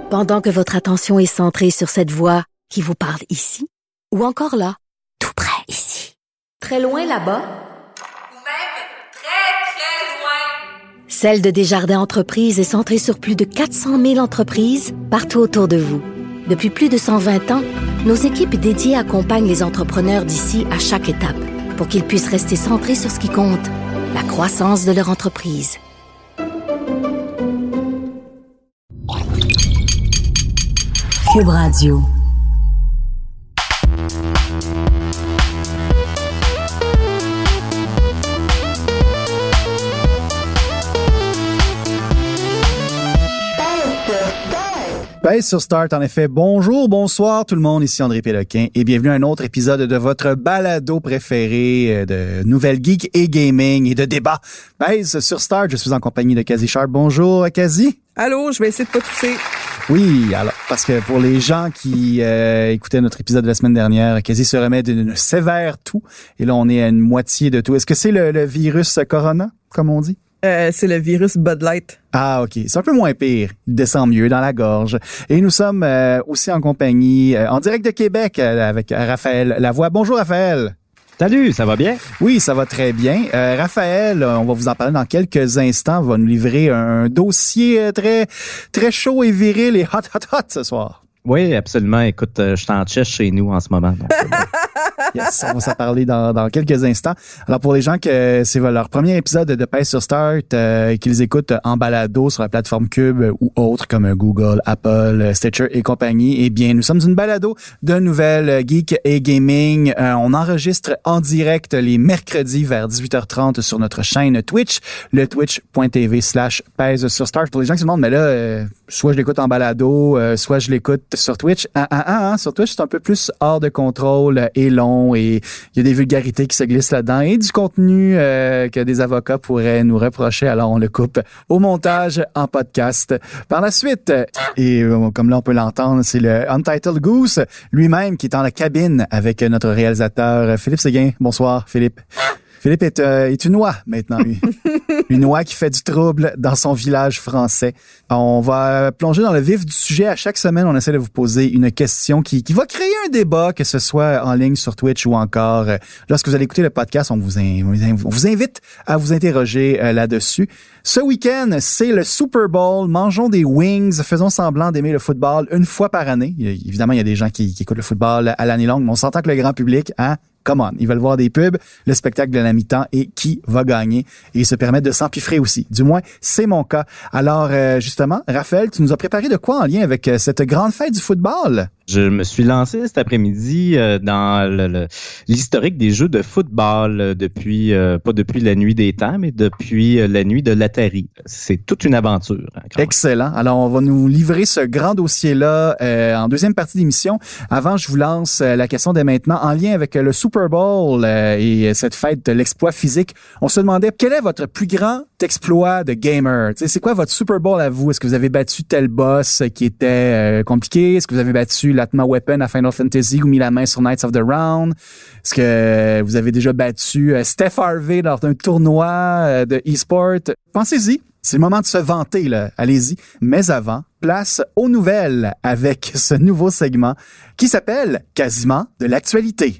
Pendant que votre attention est centrée sur cette voix qui vous parle ici, ou encore là, tout près ici, très loin là-bas, ou même très, très loin. Celle de Desjardins Entreprises est centrée sur plus de 400 000 entreprises partout autour de vous. Depuis plus de 120 ans, nos équipes dédiées accompagnent les entrepreneurs d'ici à chaque étape pour qu'ils puissent rester centrés sur ce qui compte, la croissance de leur entreprise. Cube Radio. Pèse sur Start, en effet. Bonjour, bonsoir tout le monde, ici André Péloquin et bienvenue à un autre épisode de votre balado préféré de nouvelles geeks et gaming et de débats. Pèse sur Start, je suis en compagnie de Kazi Sharp. Bonjour Kazi. Allô, je vais essayer de pas tousser. Oui, alors, parce que pour les gens qui écoutaient notre épisode de la semaine dernière, Kazi se remet d'une sévère toux et là on est à une moitié de tout. Est-ce que c'est le virus Corona, comme on dit? C'est le virus Bud Light. Ah, OK. C'est un peu moins pire. Il descend mieux dans la gorge. Et nous sommes aussi en compagnie, en direct de Québec, avec Raphaël Lavoie. Bonjour, Raphaël. Salut, ça va bien? Oui, ça va très bien. Raphaël, on va vous en parler dans quelques instants, va nous livrer un dossier très, très chaud et viril et hot ce soir. Oui, absolument. Écoute, je suis en chess chez nous en ce moment. Donc, yes, on va s'en parler dans quelques instants. Alors, pour les gens que c'est leur premier épisode de Pèse sur Start, qu'ils écoutent en balado sur la plateforme Cube ou autre comme Google, Apple, Stitcher et compagnie, eh bien, nous sommes une balado de nouvelles geek et gaming. On enregistre en direct les mercredis vers 18h30 sur notre chaîne Twitch, le twitch.tv/Pèse sur Start. Pour les gens qui se demandent, mais là, soit je l'écoute en balado, soit je l'écoute sur Twitch. Sur Twitch, c'est un peu plus hors de contrôle et long et il y a des vulgarités qui se glissent là-dedans et du contenu que des avocats pourraient nous reprocher. Alors, on le coupe au montage en podcast. Par la suite, et comme là, on peut l'entendre, c'est le Untitled Goose lui-même qui est dans la cabine avec notre réalisateur Philippe Séguin. Bonsoir, Philippe. Philippe est une oie maintenant, une oie qui fait du trouble dans son village français. On va plonger dans le vif du sujet. À chaque semaine, on essaie de vous poser une question qui va créer un débat, que ce soit en ligne sur Twitch ou encore lorsque vous allez écouter le podcast, on vous invite à vous interroger là-dessus. Ce week-end, c'est le Super Bowl. Mangeons des wings, faisons semblant d'aimer le football une fois par année. Évidemment, il y a des gens qui écoutent le football à l'année longue, mais on s'entend que le grand public, come on, ils veulent voir des pubs, le spectacle de la mi-temps et qui va gagner. Et ils se permettent de s'empiffrer aussi. Du moins, c'est mon cas. Alors, justement, Raphaël, tu nous as préparé de quoi en lien avec cette grande fête du football? Je me suis lancé cet après-midi dans l'historique des jeux de football depuis, pas depuis la nuit des temps, mais depuis la nuit de l'Atari. C'est toute une aventure. Excellent. Alors, on va nous livrer ce grand dossier-là en deuxième partie d'émission. Avant, je vous lance la question dès maintenant en lien avec le Super Bowl et cette fête de l'exploit physique. On se demandait, quel est votre plus grand exploit de gamer? T'sais, c'est quoi votre Super Bowl à vous? Est-ce que vous avez battu tel boss qui était compliqué? Est-ce que vous avez battu l'Atma Weapon à Final Fantasy ou mis la main sur Knights of the Round? Est-ce que vous avez déjà battu Steph Harvey lors d'un tournoi de e-sport? Pensez-y. C'est le moment de se vanter, là. Allez-y. Mais avant, place aux nouvelles avec ce nouveau segment qui s'appelle Quasiment de l'actualité.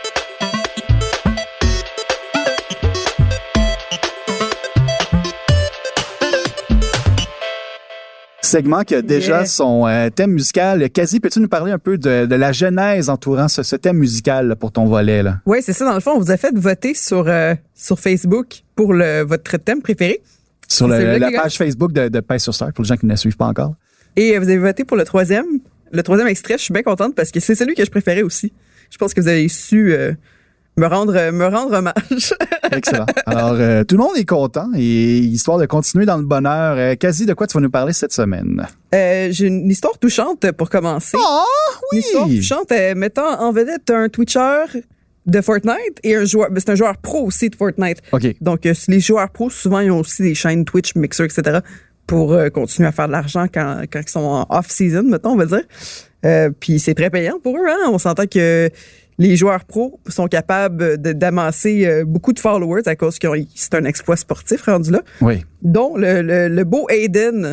Segment qui a déjà son thème musical. Quasi, peux-tu nous parler un peu de la genèse entourant ce thème musical là, pour ton volet? Là? Oui, c'est ça. Dans le fond, on vous a fait voter sur Facebook pour votre thème préféré. Sur la page Facebook de Pèse sur Start, pour les gens qui ne la suivent pas encore. Et vous avez voté pour le troisième extrait. Je suis bien contente parce que c'est celui que je préférais aussi. Je pense que vous avez su me rendre hommage. Excellent. Alors, tout le monde est content et histoire de continuer dans le bonheur, Quasi, de quoi tu vas nous parler cette semaine? J'ai une histoire touchante pour commencer. Oh, oui! Une histoire touchante mettant en vedette un Twitcher de Fortnite et un joueur, c'est un joueur pro aussi de Fortnite. OK. Donc, les joueurs pros, souvent, ils ont aussi des chaînes Twitch, Mixer, etc. pour continuer à faire de l'argent quand ils sont en off-season, mettons, on va dire. Puis c'est très payant pour eux, hein. On s'entend que les joueurs pros sont capables d'amasser beaucoup de followers à cause que c'est un exploit sportif rendu là. Oui. Dont le beau Aiden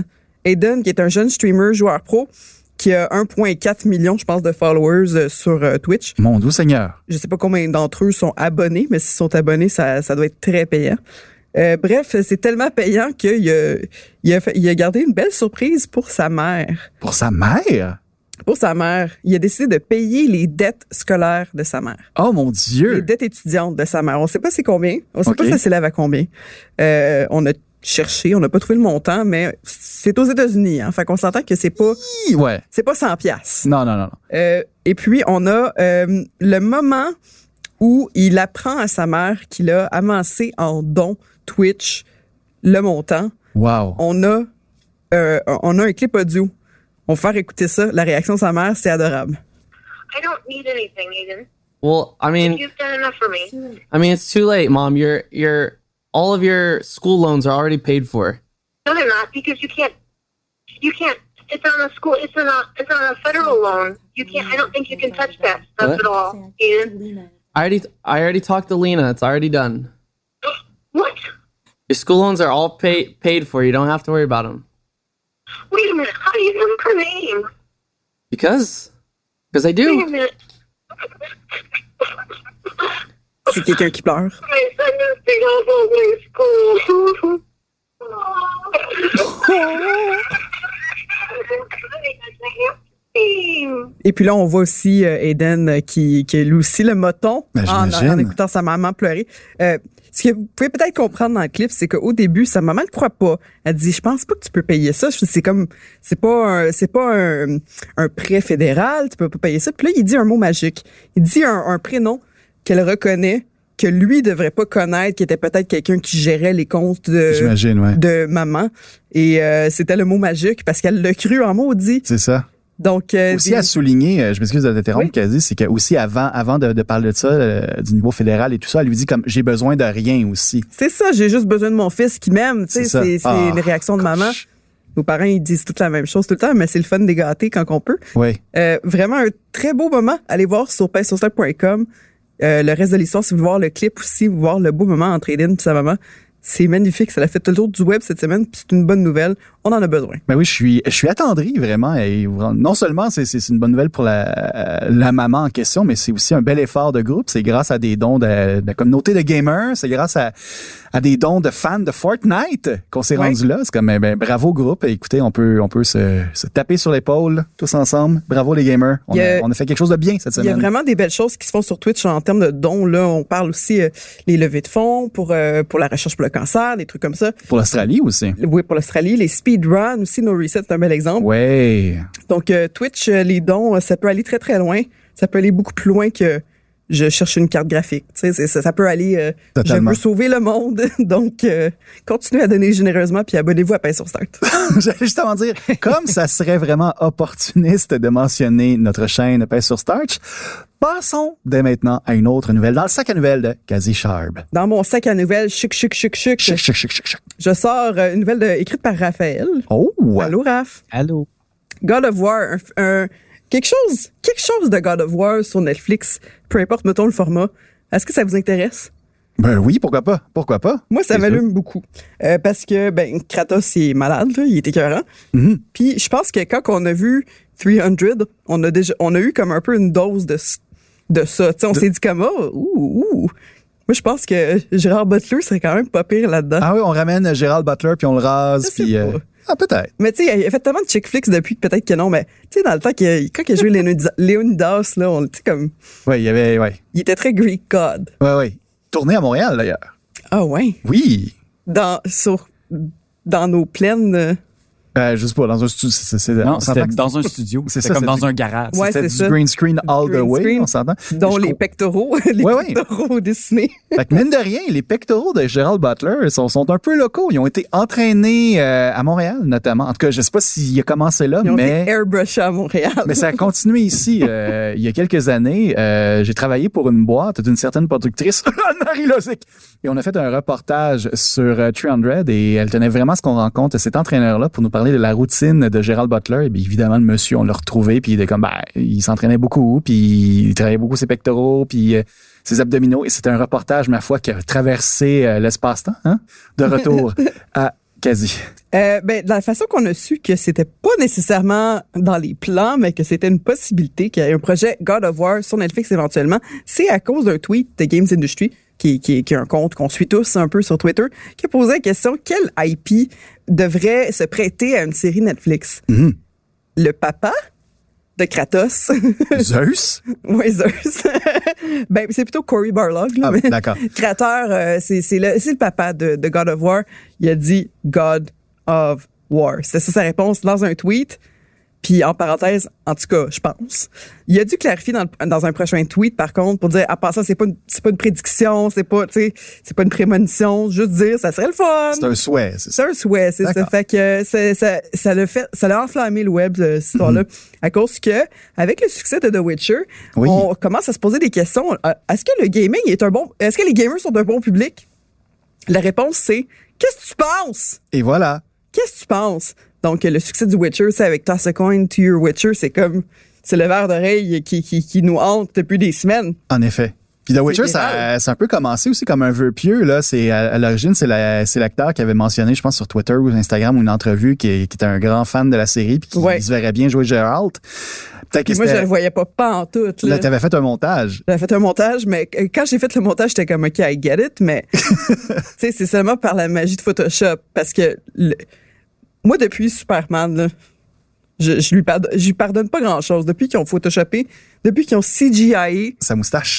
Aiden, qui est un jeune streamer, joueur pro, qui a 1,4 million, je pense, de followers sur Twitch. Mon doux Seigneur. Je sais pas combien d'entre eux sont abonnés, mais s'ils sont abonnés, ça doit être très payant. Bref, c'est tellement payant qu'il a gardé une belle surprise pour sa mère. Pour sa mère? Pour sa mère. Il a décidé de payer les dettes scolaires de sa mère. Oh mon Dieu! Les dettes étudiantes de sa mère. On sait pas c'est combien. On sait pas ça s'élève à combien. On a cherché, on n'a pas trouvé le montant, mais c'est aux États-Unis. Hein. Fait qu'on s'entend que c'est pas 100 piastres. Non. Et puis, on a le moment où il apprend à sa mère qu'il a avancé en don Twitch le montant. Wow. On a un clip audio. On va faire écouter ça. La réaction de sa mère, c'est adorable. I don't need anything, Aiden. Well, I mean, You've done enough for me. I mean, it's too late, Mom. All of your school loans are already paid for. No, they're not, because you can't. It's on a school. It's on a federal loan. You can't. I don't think you can touch that stuff What? at all, Aiden. I already talked to Lena. It's already done. What? Your school loans are all paid for. You don't have to worry about them. Wait a minute. How do you know her name? Because I Wait a do. minute. C'est quelqu'un qui pleure. My son is big old school. Et puis là, on voit aussi Aiden qui lui aussi le moton en écoutant sa maman pleurer. Ce que vous pouvez peut-être comprendre dans le clip, c'est qu'au début, sa maman ne croit pas. Elle dit, je pense pas que tu peux payer ça. C'est pas un prêt fédéral, tu peux pas payer ça. Puis là, il dit un mot magique. Il dit un prénom qu'elle reconnaît, que lui devrait pas connaître, qui était peut-être quelqu'un qui gérait les comptes de maman. Et c'était le mot magique parce qu'elle l'a cru en maudit. C'est ça. Donc, aussi à souligner, je m'excuse de t'interrompre, qu'elle dit, c'est qu'aussi avant de parler de ça, du niveau fédéral et tout ça, elle lui dit comme j'ai besoin de rien aussi. C'est ça, j'ai juste besoin de mon fils qui m'aime, tu sais, c'est une réaction de maman. Nos parents, ils disent toute la même chose tout le temps, mais c'est le fun des gâtés quand on peut. Oui. Vraiment un très beau moment. Allez voir sur paysurstar.com. Le reste de l'histoire, si vous voulez voir le clip aussi, vous voir le beau moment entre Aiden et sa maman. C'est magnifique. Ça l'a fait tout le tour du web cette semaine. Puis c'est une bonne nouvelle. On en a besoin. Ben oui, je suis attendri vraiment. Et non seulement c'est une bonne nouvelle pour la maman en question, mais c'est aussi un bel effort de groupe. C'est grâce à des dons de la communauté de gamers. C'est grâce à des dons de fans de Fortnite qu'on s'est rendu là. C'est comme bravo groupe. Écoutez, on peut se taper sur l'épaule tous ensemble. Bravo les gamers. On a fait quelque chose de bien cette semaine. Il y a vraiment des belles choses qui se font sur Twitch en termes de dons. Là, on parle aussi les levées de fonds pour la recherche pour le cancer, des trucs comme ça. Pour l'Australie aussi. Oui, pour l'Australie. Les speedruns aussi, No Reset, c'est un bel exemple. Ouais. Donc, Twitch, les dons, ça peut aller très, très loin. Ça peut aller beaucoup plus loin que je cherche une carte graphique. Tu sais, ça peut aller, je veux sauver le monde. Donc, continuez à donner généreusement puis abonnez-vous à Paye sur Start. J'allais justement dire, comme ça serait vraiment opportuniste de mentionner notre chaîne Paye sur Start, passons dès maintenant à une autre nouvelle dans le sac à nouvelles de Kazi Sharp. Dans mon sac à nouvelles, chic. Je sors une nouvelle écrite par Raphaël. Oh! Allô, Raph? Allô? God of War, quelque chose de God of War sur Netflix, peu importe, mettons le format. Est-ce que ça vous intéresse? Ben oui, pourquoi pas? Moi, ça m'allume beaucoup. Parce que, Kratos, il est malade, là, il est écœurant. Mm-hmm. Puis, je pense que quand on a vu 300, on a eu comme un peu une dose de ça. Tu sais, on s'est dit comme, ouh. Moi, je pense que Gérard Butler serait quand même pas pire là-dedans. Ah oui, on ramène Gérald Butler puis on le rase puis peut-être. Mais tu sais, il a fait tellement de chick flicks depuis que peut-être que non, mais tu sais, dans le temps quand il a joué Léonidas, là, on était comme. Oui, il était très Greek God. Oui. Tourné à Montréal d'ailleurs. Ah ouais. Oui. Dans nos plaines. Juste pas dans un studio. Non, c'était dans un studio. C'est comme dans un garage. Ouais, c'était c'est du green screen all the way, on s'entend. Dont les pectoraux, pectoraux dessinés. Fait que mine de rien, les pectoraux de Gérald Butler sont un peu locaux. Ils ont été entraînés à Montréal, notamment. En tout cas, je sais pas s'il a commencé là, Ils ont été airbrushés à Montréal. Mais ça a continué ici. Il y a quelques années, j'ai travaillé pour une boîte d'une certaine productrice, Anne-Marie Lozic. Et on a fait un reportage sur 300 et elle tenait vraiment ce qu'on rencontre cet entraîneur-là pour nous parler de la routine de Gérald Butler. Et bien, évidemment, le monsieur, on l'a retrouvé, puis il était comme, il s'entraînait beaucoup, puis il travaillait beaucoup ses pectoraux, puis ses abdominaux. Et c'était un reportage, ma foi, qui a traversé l'espace-temps, de retour à Quasi. De la façon qu'on a su que c'était pas nécessairement dans les plans, mais que c'était une possibilité qu'il y ait un projet God of War sur Netflix éventuellement, c'est à cause d'un tweet de Games Industry, qui est un compte qu'on suit tous un peu sur Twitter, qui a posé la question, quel IP devrait se prêter à une série Netflix? Mm-hmm. Le papa de Kratos. Zeus? Oui, Zeus. C'est plutôt Cory Barlog. Là, mais d'accord. Créateur, c'est le papa de God of War. Il a dit God of War. C'était ça sa réponse dans un tweet. Puis en parenthèse, en tout cas, je pense. Il a dû clarifier dans un prochain tweet, par contre, pour dire, à part ça, c'est pas une prédiction, c'est pas une prémonition, juste dire, ça serait le fun. C'est un souhait, c'est ça. C'est un souhait, c'est ça. Fait que ça l'a enflammé le web, cette histoire-là, à cause que, avec le succès de The Witcher, on commence à se poser des questions. Est-ce que le gaming est-ce que les gamers sont un bon public? La réponse, c'est, qu'est-ce que tu penses? Et voilà. Qu'est-ce que tu penses? Donc, le succès du Witcher, c'est avec Toss a Coin to Your Witcher, c'est le verre d'oreille qui nous hante depuis des semaines. En effet. Puis The Witcher, ça a un peu commencé aussi comme un vœu pieux, là. C'est, à l'origine, c'est l'acteur qui avait mentionné, je pense, sur Twitter ou Instagram ou une entrevue qui était un grand fan de la série puis qui se verrait bien jouer Geralt. Moi, je le voyais pas en tout. Là, t'avais fait un montage. J'avais fait un montage, mais quand j'ai fait le montage, j'étais comme, OK, I get it, mais, tu sais, c'est seulement par la magie de Photoshop, parce que, moi, depuis Superman, là, je lui pardonne pas grand-chose. Depuis qu'ils ont photoshopé, depuis qu'ils ont CGI sa moustache,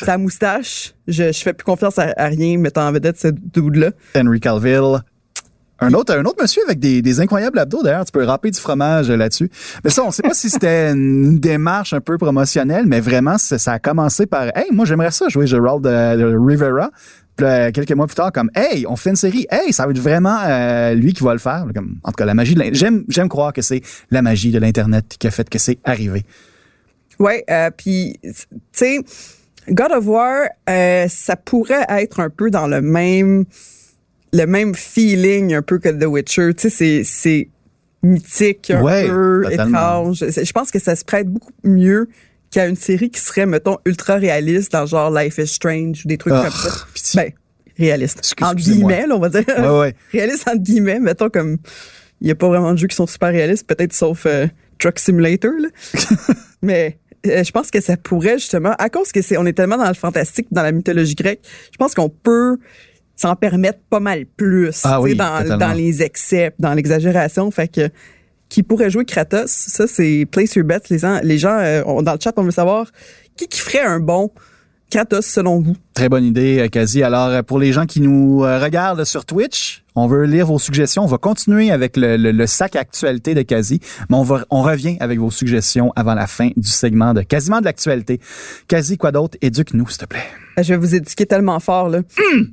je fais plus confiance à rien mettant en vedette ce dude-là. Henry Cavill. Un autre monsieur avec des incroyables abdos, d'ailleurs. Tu peux râper du fromage là-dessus. Mais ça, on sait pas si c'était une démarche un peu promotionnelle, mais vraiment, ça a commencé par, hey, moi, j'aimerais ça jouer Geralt de Rivera. Puis quelques mois plus tard, comme, hey, on fait une série. Hey, ça va être vraiment lui qui va le faire. Comme, en tout cas, la magie j'aime croire que c'est la magie de l'Internet qui a fait que c'est arrivé. Ouais, puis, tu sais, God of War, ça pourrait être un peu dans le même feeling un peu que The Witcher. Tu sais, c'est mythique, un peu totalement. Étrange. Je pense que ça se prête beaucoup mieux qu'à une série qui serait, mettons, ultra réaliste, dans genre Life is Strange ou des trucs comme ça. Réaliste. Entre guillemets, là, on va dire. Ouais. Réaliste entre guillemets, mettons, comme il n'y a pas vraiment de jeux qui sont super réalistes, peut-être sauf Truck Simulator, là. Mais je pense que ça pourrait justement, à cause que on est tellement dans le fantastique, dans la mythologie grecque, je pense qu'on peut s'en permettre pas mal plus, dans les excès, dans l'exagération. Fait que qui pourrait jouer Kratos, ça c'est place your bets. Les gens dans le chat, on veut savoir qui ferait un bon Kratos selon vous. Très bonne idée, Kazi. Alors pour les gens qui nous regardent sur Twitch, on veut lire vos suggestions. On va continuer avec le sac actualité de Kazi, mais on revient avec vos suggestions avant la fin du segment de Quasiment de l'actualité. Kazi, quoi d'autre? Éduque-nous, s'il te plaît. Je vais vous éduquer tellement fort, là.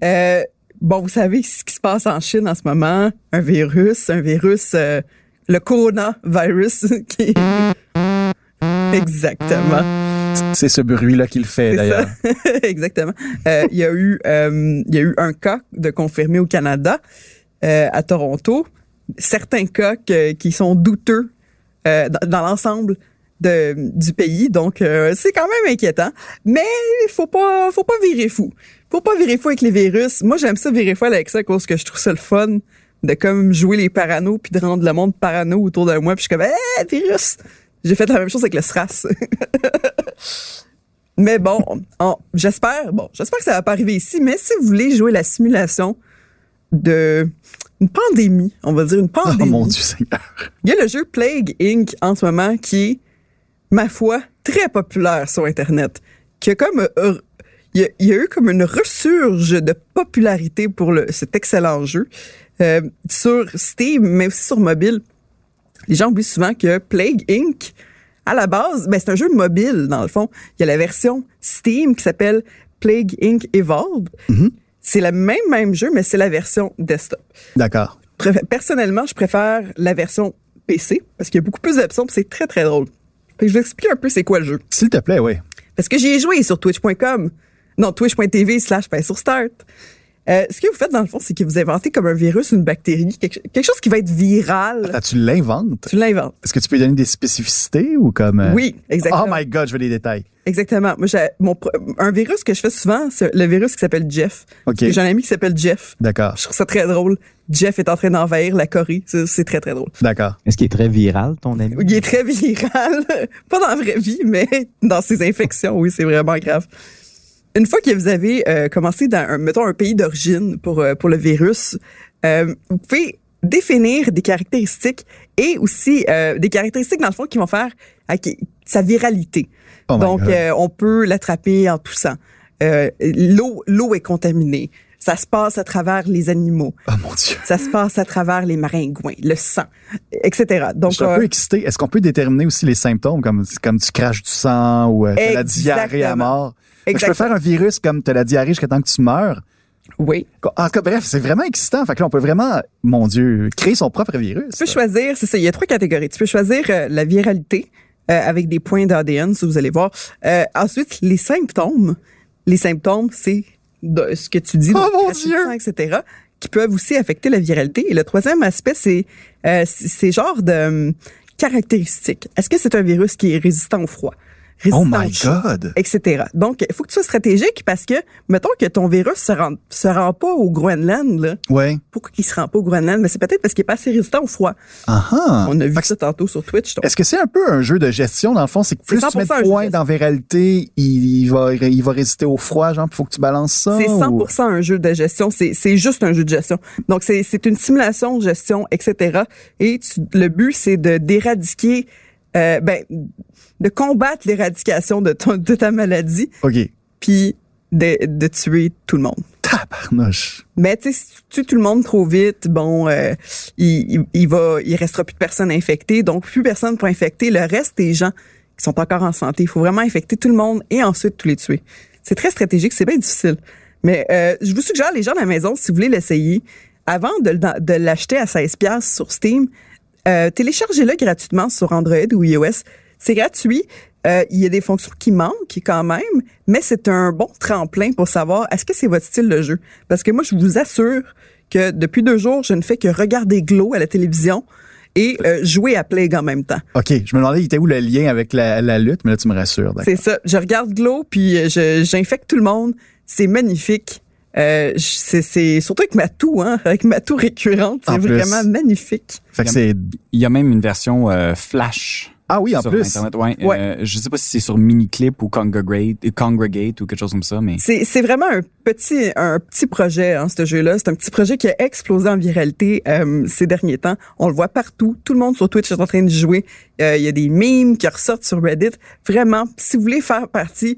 Bon, vous savez ce qui se passe en Chine en ce moment. Un virus, le coronavirus. Exactement. C'est ce bruit-là qu'il fait, d'ailleurs. Exactement. Il y a eu un cas de confirmé au Canada, à Toronto. Certains cas qui sont douteux dans l'ensemble du pays. Donc, c'est quand même inquiétant. Mais faut pas virer fou. Faut pas virer fou avec les virus. Moi, j'aime ça virer fou avec ça à cause que je trouve ça le fun de comme jouer les paranos puis de rendre le monde parano autour de moi. Puis je suis comme, virus! J'ai fait la même chose avec le SRAS. Mais bon, j'espère que ça va pas arriver ici, mais si vous voulez jouer la simulation de une pandémie, on va dire une pandémie. Oh mon Dieu Seigneur. Il y a le jeu Plague Inc. en ce moment qui est, ma foi, très populaire sur Internet. Qui a comme, il y a eu comme une resurge de popularité pour cet excellent jeu. Sur Steam, mais aussi sur mobile. Les gens oublient souvent que Plague Inc., à la base, c'est un jeu mobile, dans le fond. Il y a la version Steam qui s'appelle Plague Inc. Evolved. Mm-hmm. C'est le même jeu, mais c'est la version desktop. D'accord. Personnellement, je préfère la version PC parce qu'il y a beaucoup plus d'options et c'est très, très drôle. Fait que je vais expliquer un peu c'est quoi le jeu. S'il te plaît, oui. Parce que j'y ai joué sur twitch.com. Non, twitch.tv/PainSurStart. Ce que vous faites, dans le fond, c'est que vous inventez comme un virus, une bactérie, quelque chose qui va être viral. Attends, tu l'inventes? Tu l'inventes. Est-ce que tu peux donner des spécificités ou comme... Oui, exactement. Oh my God, je veux des détails. Exactement. Moi, un virus que je fais souvent, c'est le virus qui s'appelle Jeff. OK. J'ai un ami qui s'appelle Jeff. D'accord. Je trouve ça très drôle. Jeff est en train d'envahir la Corée. C'est très, très drôle. D'accord. Est-ce qu'il est très viral, ton ami? Il est très viral. Pas dans la vraie vie, mais dans ses infections, oui, c'est vraiment grave. Une fois que vous avez commencé dans, mettons, un pays d'origine pour le virus, vous pouvez définir des caractéristiques et aussi des caractéristiques, dans le fond, qui vont faire sa viralité. Oh donc, on peut l'attraper en toussant. L'eau est contaminée. Ça se passe à travers les animaux. Oh mon Dieu. Ça se passe à travers les maringouins, le sang, etc. Donc, je suis un peu excité. Est-ce qu'on peut déterminer aussi les symptômes, comme tu craches du sang ou t'as la diarrhée à mort? Je peux faire un virus comme t'as la diarrhée jusqu'à temps que tu meurs? Oui. En tout cas, bref, c'est vraiment excitant. Fait que là, on peut vraiment, mon Dieu, créer son propre virus. Tu peux choisir, c'est ça, il y a 3 catégories. Tu peux choisir la viralité avec des points d'ADN, si vous allez voir. Ensuite, les symptômes. Les symptômes, c'est ce que tu dis, mon Dieu, etc., qui peuvent aussi affecter la viralité. Et le troisième aspect, c'est genre de caractéristiques. Est-ce que c'est un virus qui est résistant au froid? Oh my God! Etc. Donc, il faut que tu sois stratégique parce que, mettons que ton virus se rend pas au Groenland, là. Ouais. Pourquoi qu'il se rend pas au Groenland? Mais c'est peut-être parce qu'il est pas assez résistant au froid. Ah. On a vu ça tantôt sur Twitch. Donc. Est-ce que c'est un peu un jeu de gestion, dans le fond? C'est que plus tu mets de points dans viralité, il va résister au froid, genre, il faut que tu balances ça? C'est 100% un jeu de gestion. C'est juste un jeu de gestion. Donc, c'est une simulation de gestion, etc. Et le but, c'est d'éradiquer, de combattre l'éradication de ta maladie. OK. Puis de tuer tout le monde. Tabarnouche. Mais tu sais, si tu tues tout le monde trop vite, bon, il restera plus de personnes infectées. Donc, plus personne pour infecter le reste des gens qui sont encore en santé. Il faut vraiment infecter tout le monde et ensuite tous les tuer. C'est très stratégique, c'est bien difficile. Mais je vous suggère, les gens à la maison, si vous voulez l'essayer, avant de l'acheter à 16$ sur Steam, téléchargez-le gratuitement sur Android ou iOS. C'est gratuit. Il y a des fonctions qui manquent quand même, mais c'est un bon tremplin pour savoir est-ce que c'est votre style de jeu. Parce que moi, je vous assure que depuis 2 jours, je ne fais que regarder Glow à la télévision et jouer à Plague en même temps. OK. Je me demandais, il était où le lien avec la lutte, mais là, tu me rassures. C'est ça. Je regarde Glow, puis j'infecte tout le monde. C'est magnifique. C'est surtout avec ma toux, avec ma toux récurrente. C'est vraiment magnifique. Fait que il y a même une version Flash. Ah oui, en sur plus. Internet, ouais. Je sais pas si c'est sur Miniclip ou Congregate ou quelque chose comme ça, mais c'est vraiment un petit projet, ce jeu-là. C'est un petit projet qui a explosé en viralité ces derniers temps. On le voit partout. Tout le monde sur Twitch est en train de jouer. Il y a des memes qui ressortent sur Reddit. Vraiment, si vous voulez faire partie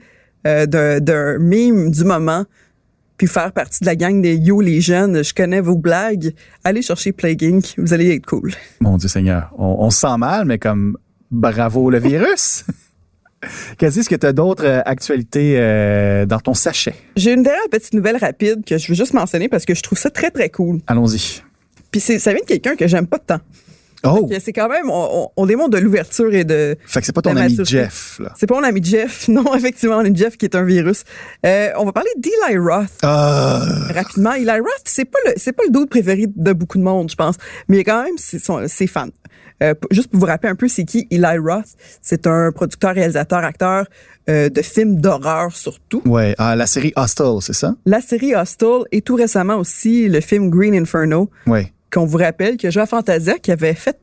d'un meme du moment, puis faire partie de la gang des Yo les jeunes, je connais vos blagues, allez chercher Plague Inc. Vous allez être cool. Mon Dieu Seigneur, on se sent mal, mais comme bravo le virus. Qu'est-ce que tu as d'autres actualités dans ton sachet? J'ai une dernière petite nouvelle rapide que je veux juste mentionner parce que je trouve ça très, très cool. Allons-y. Puis ça vient de quelqu'un que j'aime pas tant. Oh! C'est quand même, on démontre de l'ouverture et de... Fait que c'est pas ton ami Jeff, là. C'est pas mon ami Jeff. Non, effectivement, mon ami Jeff qui est un virus. On va parler d'Eli Roth. Rapidement. Eli Roth, c'est pas le dude préféré de beaucoup de monde, je pense. Mais quand même, ses fans. Juste pour vous rappeler un peu, c'est qui Eli Roth? C'est un producteur, réalisateur, acteur de films d'horreur surtout. Ouais, la série Hostel, c'est ça? La série Hostel et tout récemment aussi le film Green Inferno. Ouais. Qu'on vous rappelle que joué à Fantasia qui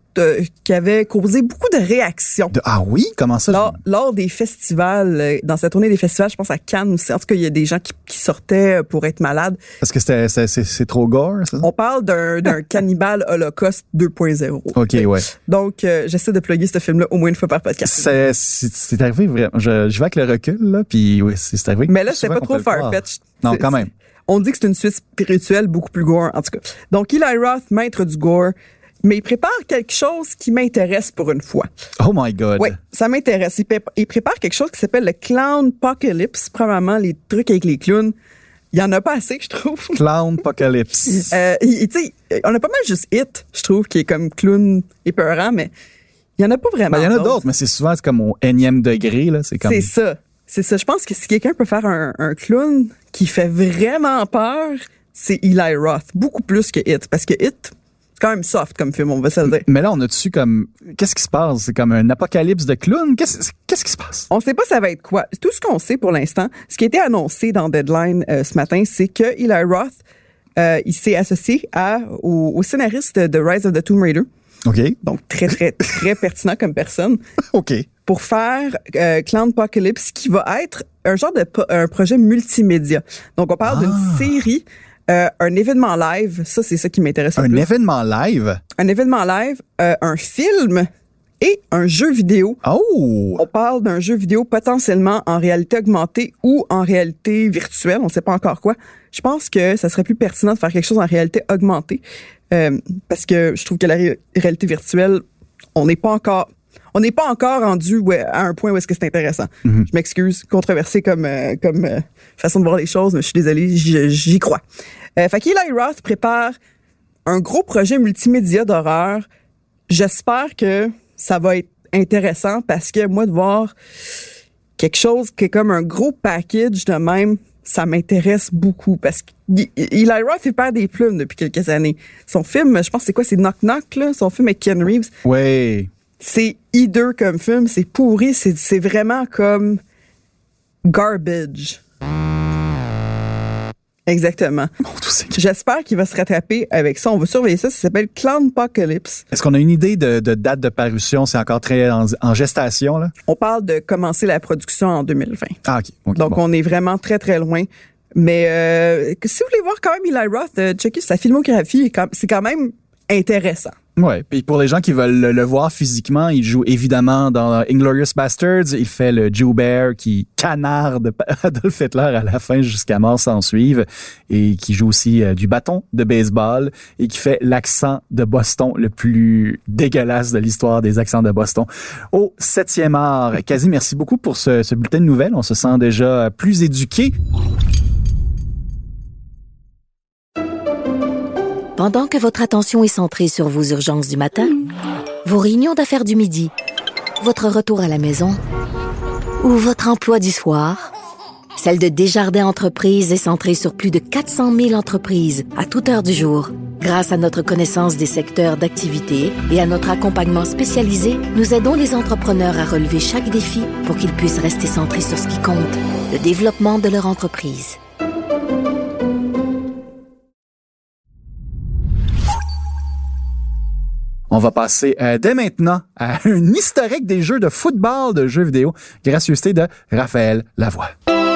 avait causé beaucoup de réactions. Ah oui? Comment ça? Lors des festivals, dans sa tournée des festivals, je pense à Cannes aussi. En tout cas, il y a des gens qui sortaient pour être malades. Parce que c'est trop gore, ça? On parle d'un cannibale holocauste 2.0. OK, ouais. Donc, j'essaie de plugger ce film-là au moins une fois par podcast. C'est arrivé vraiment. Je vais avec le recul, là, puis oui, c'est arrivé. Mais là, c'est pas trop far-fetched. Non, quand même. On dit que c'est une suite spirituelle beaucoup plus gore, en tout cas. Donc, Eli Roth, maître du gore, mais il prépare quelque chose qui m'intéresse pour une fois. Oh my God! Oui, ça m'intéresse. Il prépare quelque chose qui s'appelle le Clownpocalypse, probablement les trucs avec les clowns. Il y en a pas assez, je trouve. Clownpocalypse. Tu sais, on a pas mal juste It, je trouve, qui est comme clown épeurant, mais il y en a pas vraiment. Il y en a d'autres, mais c'est souvent comme au énième degré, là. C'est ça. C'est ça. Je pense que si quelqu'un peut faire un clown qui fait vraiment peur, c'est Eli Roth. Beaucoup plus que It. Parce que It, c'est quand même soft comme film, on va se le dire. Mais là, on a dessus comme... Qu'est-ce qui se passe? C'est comme un apocalypse de clowns? Qu'est-ce qui se passe? On sait pas ça va être quoi. Tout ce qu'on sait pour l'instant, ce qui a été annoncé dans Deadline ce matin, c'est que Eli Roth, il s'est associé au scénariste de Rise of the Tomb Raider. OK. Donc, très, très, très pertinent comme personne. OK. Pour faire Clownpocalypse, qui va être un genre de un projet multimédia. Donc, on parle d'une série, un événement live. Ça, c'est ça qui m'intéresse le plus. Un événement live? Un événement live, un film et un jeu vidéo. Oh! On parle d'un jeu vidéo potentiellement en réalité augmentée ou en réalité virtuelle. On ne sait pas encore quoi. Je pense que ça serait plus pertinent de faire quelque chose en réalité augmentée parce que je trouve que la réalité virtuelle, on n'est pas encore rendu à un point où est-ce que c'est intéressant. Je m'excuse, controversé comme façon de voir les choses, mais je suis désolée, j'y crois. Fait qu'Eli Roth prépare un gros projet multimédia d'horreur. J'espère que ça va être intéressant parce que moi, de voir quelque chose qui est comme un gros package de même, ça m'intéresse beaucoup parce qu'Eli Roth fait perdre des plumes depuis quelques années. Son film, je pense, c'est Knock Knock, là? Son film avec Ken Reeves. Oui. C'est hideux comme film, c'est pourri, c'est vraiment comme garbage. Exactement. J'espère qu'il va se rattraper avec ça. On va surveiller ça. Ça s'appelle Clownpocalypse. Est-ce qu'on a une idée de date de parution? C'est encore très en gestation, là? On parle de commencer la production en 2020. Ah, OK. Donc, on est vraiment très, très loin. Mais si vous voulez voir quand même Eli Roth, checker sa filmographie, c'est quand même intéressant. Ouais, puis pour les gens qui veulent le voir physiquement, il joue évidemment dans Inglourious Basterds. Il fait le Joe Bear qui canarde Adolf Hitler à la fin jusqu'à mort s'en suive, et qui joue aussi du bâton de baseball et qui fait l'accent de Boston le plus dégueulasse de l'histoire des accents de Boston au 7e art. Kazi, merci beaucoup pour ce bulletin de nouvelles. On se sent déjà plus éduqué. Pendant que votre attention est centrée sur vos urgences du matin, vos réunions d'affaires du midi, votre retour à la maison ou votre emploi du soir, celle de Desjardins Entreprises est centrée sur plus de 400 000 entreprises à toute heure du jour. Grâce à notre connaissance des secteurs d'activité et à notre accompagnement spécialisé, nous aidons les entrepreneurs à relever chaque défi pour qu'ils puissent rester centrés sur ce qui compte, le développement de leur entreprise. On va passer dès maintenant à un historique des jeux de football de jeux vidéo, gracieuseté de Raphaël Lavoie.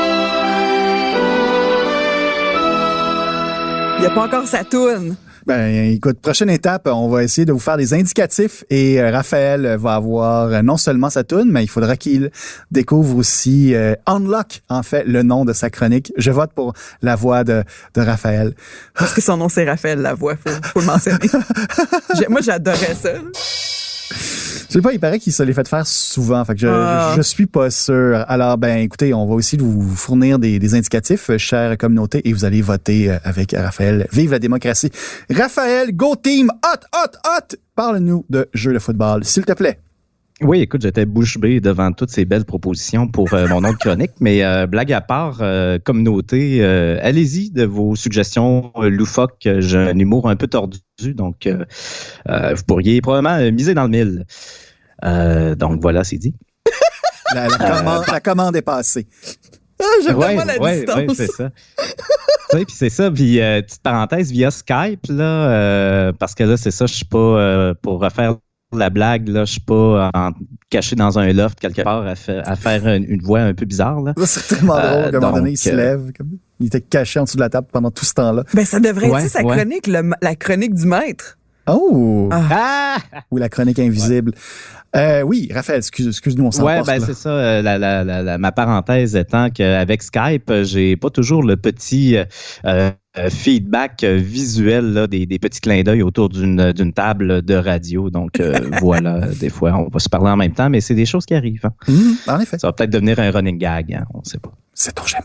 Il n'y a pas encore sa toune. Ben, écoute, prochaine étape, on va essayer de vous faire des indicatifs et Raphaël va avoir non seulement sa toune, mais il faudra qu'il découvre aussi Unlock, en fait, le nom de sa chronique. Je vote pour la voix de Raphaël. Parce que son nom, c'est Raphaël Lavoie, faut le mentionner. Moi, j'adorais ça. Je sais pas, il paraît qu'il se l'est fait faire souvent, fait que je suis pas sûr. Alors, ben, écoutez, on va aussi vous fournir des indicatifs, chère communauté, et vous allez voter avec Raphaël. Vive la démocratie. Raphaël, go team, hot! Parle-nous de jeux de football, s'il te plaît. Oui, écoute, j'étais bouche bée devant toutes ces belles propositions pour mon nom de chronique, mais blague à part, communauté, allez-y de vos suggestions loufoques. J'ai un humour un peu tordu, donc vous pourriez probablement miser dans le mille. Donc voilà, c'est dit. La commande est passée. J'aime vraiment la distance. Oui, c'est ça. Puis c'est ça, puis petite parenthèse, via Skype, là, parce que là, c'est ça, je suis pas pour refaire la blague, là, je suis pas caché dans un loft quelque part à faire une voix un peu bizarre. Là. C'est tellement drôle qu'à un moment donné, il se lève. Il était caché en dessous de la table pendant tout ce temps-là. Ben, ça devrait être sa chronique, la chronique du maître. Oh! Ou la chronique invisible. Oui, Raphaël, excuse-nous, on s'en passe. Ben c'est ça. Ma parenthèse étant qu'avec Skype, j'ai pas toujours le petit feedback visuel là, des petits clins d'œil autour d'une table de radio. Donc voilà, des fois, on va se parler en même temps, mais c'est des choses qui arrivent. Hein. En effet. Ça va peut-être devenir un running gag, hein, on ne sait pas. Sait-on jamais.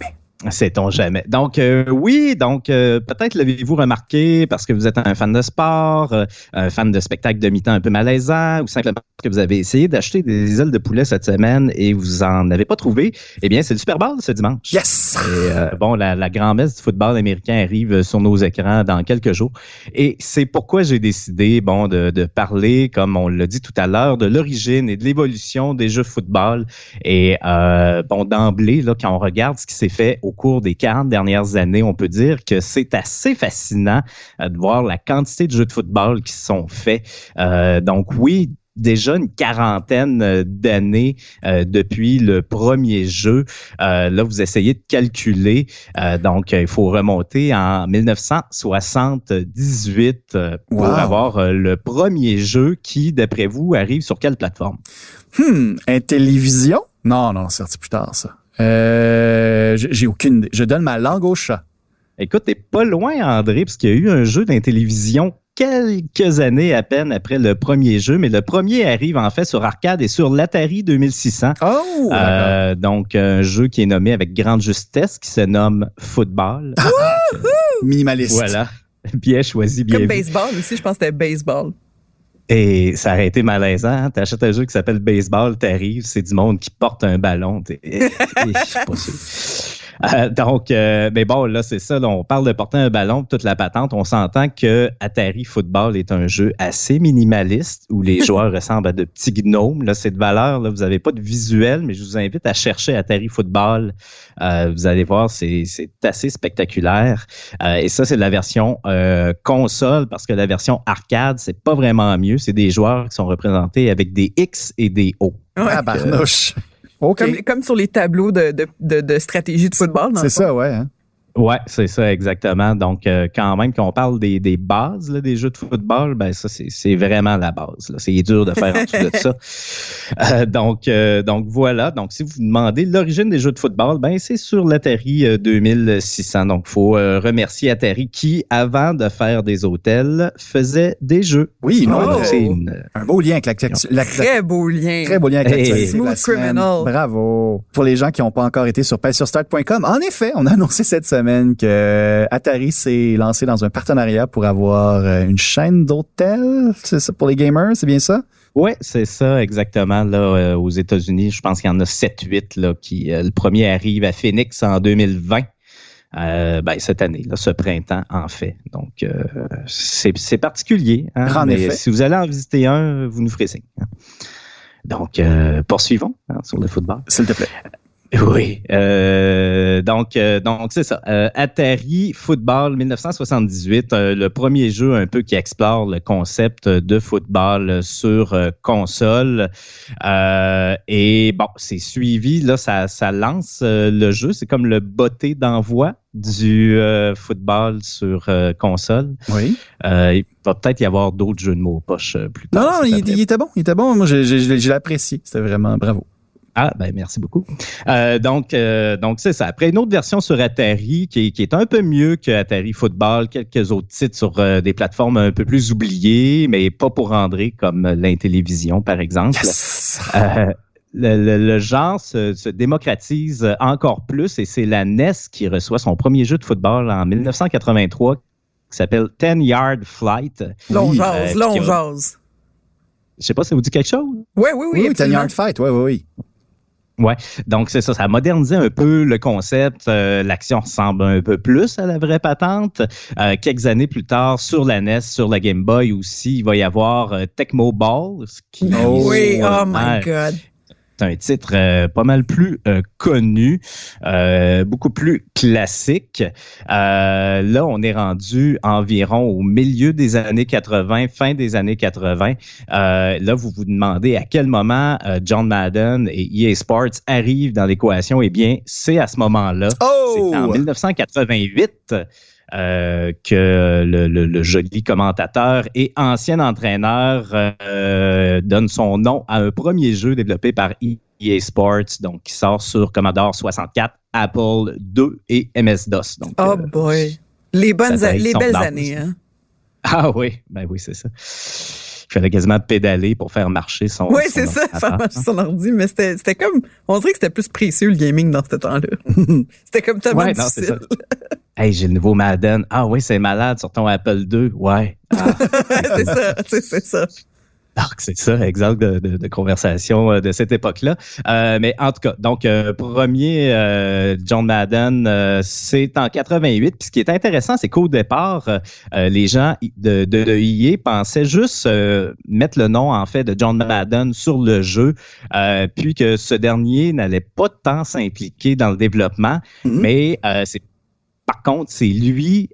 Sait-on jamais. Donc, oui, peut-être l'avez-vous remarqué parce que vous êtes un fan de sport, un fan de spectacles de mi-temps un peu malaisants ou simplement parce que vous avez essayé d'acheter des ailes de poulet cette semaine et vous en avez pas trouvé. Eh bien, c'est le Super Bowl ce dimanche. Yes! Et, la grand-messe du football américain arrive sur nos écrans dans quelques jours. Et c'est pourquoi j'ai décidé, de parler, comme on l'a dit tout à l'heure, de l'origine et de l'évolution des jeux de football. Et, d'emblée, là, quand on regarde ce qui s'est fait au cours des 40 dernières années, on peut dire que c'est assez fascinant de voir la quantité de jeux de football qui sont faits. Donc oui, déjà une quarantaine d'années depuis le premier jeu. Là, vous essayez de calculer. Donc, il faut remonter en 1978 pour avoir le premier jeu qui, d'après vous, arrive sur quelle plateforme? Intellivision? Non, c'est sorti plus tard, ça. J'ai aucune idée. Je donne ma langue au chat. Écoute, t'es pas loin, André, parce qu'il y a eu un jeu d'Intellivision quelques années à peine après le premier jeu, mais le premier arrive en fait sur arcade et sur l'Atari 2600. Oh, d'accord. Donc, un jeu qui est nommé avec grande justesse, qui se nomme Football. Minimaliste. Voilà. Bien choisi, bien Comme vu. baseball aussi, je pense que c'était baseball. Et ça aurait été malaisant. Hein? T'achètes un jeu qui s'appelle Baseball, t'arrives, c'est du monde qui porte un ballon. Je suis pas sûr. Mais bon, là, c'est ça. Là, on parle de porter un ballon, toute la patente. On s'entend que Atari Football est un jeu assez minimaliste où les joueurs ressemblent à de petits gnomes. Là, c'est de valeur. Là, vous n'avez pas de visuel, mais je vous invite à chercher Atari Football. Vous allez voir, c'est assez spectaculaire. Et ça, c'est de la version console parce que la version arcade, c'est pas vraiment mieux. C'est des joueurs qui sont représentés avec des X et des O. Ah, barnouche. Okay. Comme sur les tableaux de stratégie de football. C'est ça, ouais. Hein? Ouais, c'est ça, exactement. Donc, quand même, quand on parle des bases là, des jeux de football, ben ça, c'est vraiment la base. Là. C'est dur de faire en dessous de ça. Donc voilà. Donc, si vous vous demandez l'origine des jeux de football, ben c'est sur l'Atari 2600. Donc, faut remercier Atari qui, avant de faire des hôtels, faisait des jeux. Oui, un beau lien avec Très beau lien. Très beau lien avec l'actualité. Smooth Criminal. Bravo. Pour les gens qui n'ont pas encore été sur paysurstart.com, en effet, on a annoncé cette semaine que Atari s'est lancé dans un partenariat pour avoir une chaîne d'hôtels. C'est ça pour les gamers, c'est bien ça? Oui, c'est ça, exactement. Là, aux États-Unis, je pense qu'il y en a 7-8 là, qui le premier arrive à Phoenix en 2020. Cette année, là, ce printemps, en fait. Donc, c'est particulier. Hein, en effet. Si vous allez en visiter un, vous nous ferez signe. Hein. Donc, poursuivons sur le football. S'il te plaît. Oui. Donc c'est ça. Atari Football 1978, le premier jeu un peu qui explore le concept de football sur console. Et bon, c'est suivi, là, ça lance le jeu. C'est comme le botté d'envoi du football sur console. Oui. Il va peut-être y avoir d'autres jeux de mots poche plus tard. Non, il était bon. Moi, je l'ai apprécié. C'était vraiment bravo. Ah, ben merci beaucoup. Donc c'est ça. Après, une autre version sur Atari qui est un peu mieux que Atari Football, quelques autres titres sur des plateformes un peu plus oubliées, mais pas pour André, comme l'Intellivision, par exemple. Yes! Le genre se démocratise encore plus et c'est la NES qui reçoit son premier jeu de football en 1983 qui s'appelle 10 Yard Flight. Long jase. Je sais pas si ça vous dit quelque chose? Oui. 10 Yard Fight, oui. Ouais, donc c'est ça, ça a modernisé un peu le concept. L'action ressemble un peu plus à la vraie patente. Quelques années plus tard, sur la NES, sur la Game Boy aussi, il va y avoir Tecmo Ball. Oh my God! C'est un titre pas mal plus connu, beaucoup plus classique. Là, on est rendu environ au milieu des années 80, fin des années 80. Là, vous vous demandez à quel moment John Madden et EA Sports arrivent dans l'équation. Eh bien, c'est à ce moment-là. Oh! C'est en 1988. Que le joli commentateur et ancien entraîneur donne son nom à un premier jeu développé par EA Sports, donc qui sort sur Commodore 64, Apple II et MS-DOS. Donc, boy! Les belles années, hein? Ah oui, ben oui, c'est ça. fallait quasiment pédaler pour faire marcher son Oui, son c'est ça, ordinateur. faire marcher son ordi, mais c'était comme, on dirait que c'était plus précieux le gaming dans ce temps-là. C'était comme tellement Ouais, non, c'est difficile. ça. Hey, j'ai le nouveau Madden. Ah oui, c'est malade sur ton Apple II. Ouais. Ah. c'est ça. Donc, c'est ça, exemple de conversation de cette époque-là. Mais en tout cas, donc, premier John Madden, c'est en 88. Puis ce qui est intéressant, c'est qu'au départ, les gens de EA pensaient juste mettre le nom, en fait, de John Madden sur le jeu, puis que ce dernier n'allait pas tant s'impliquer dans le développement, mais par contre, c'est lui,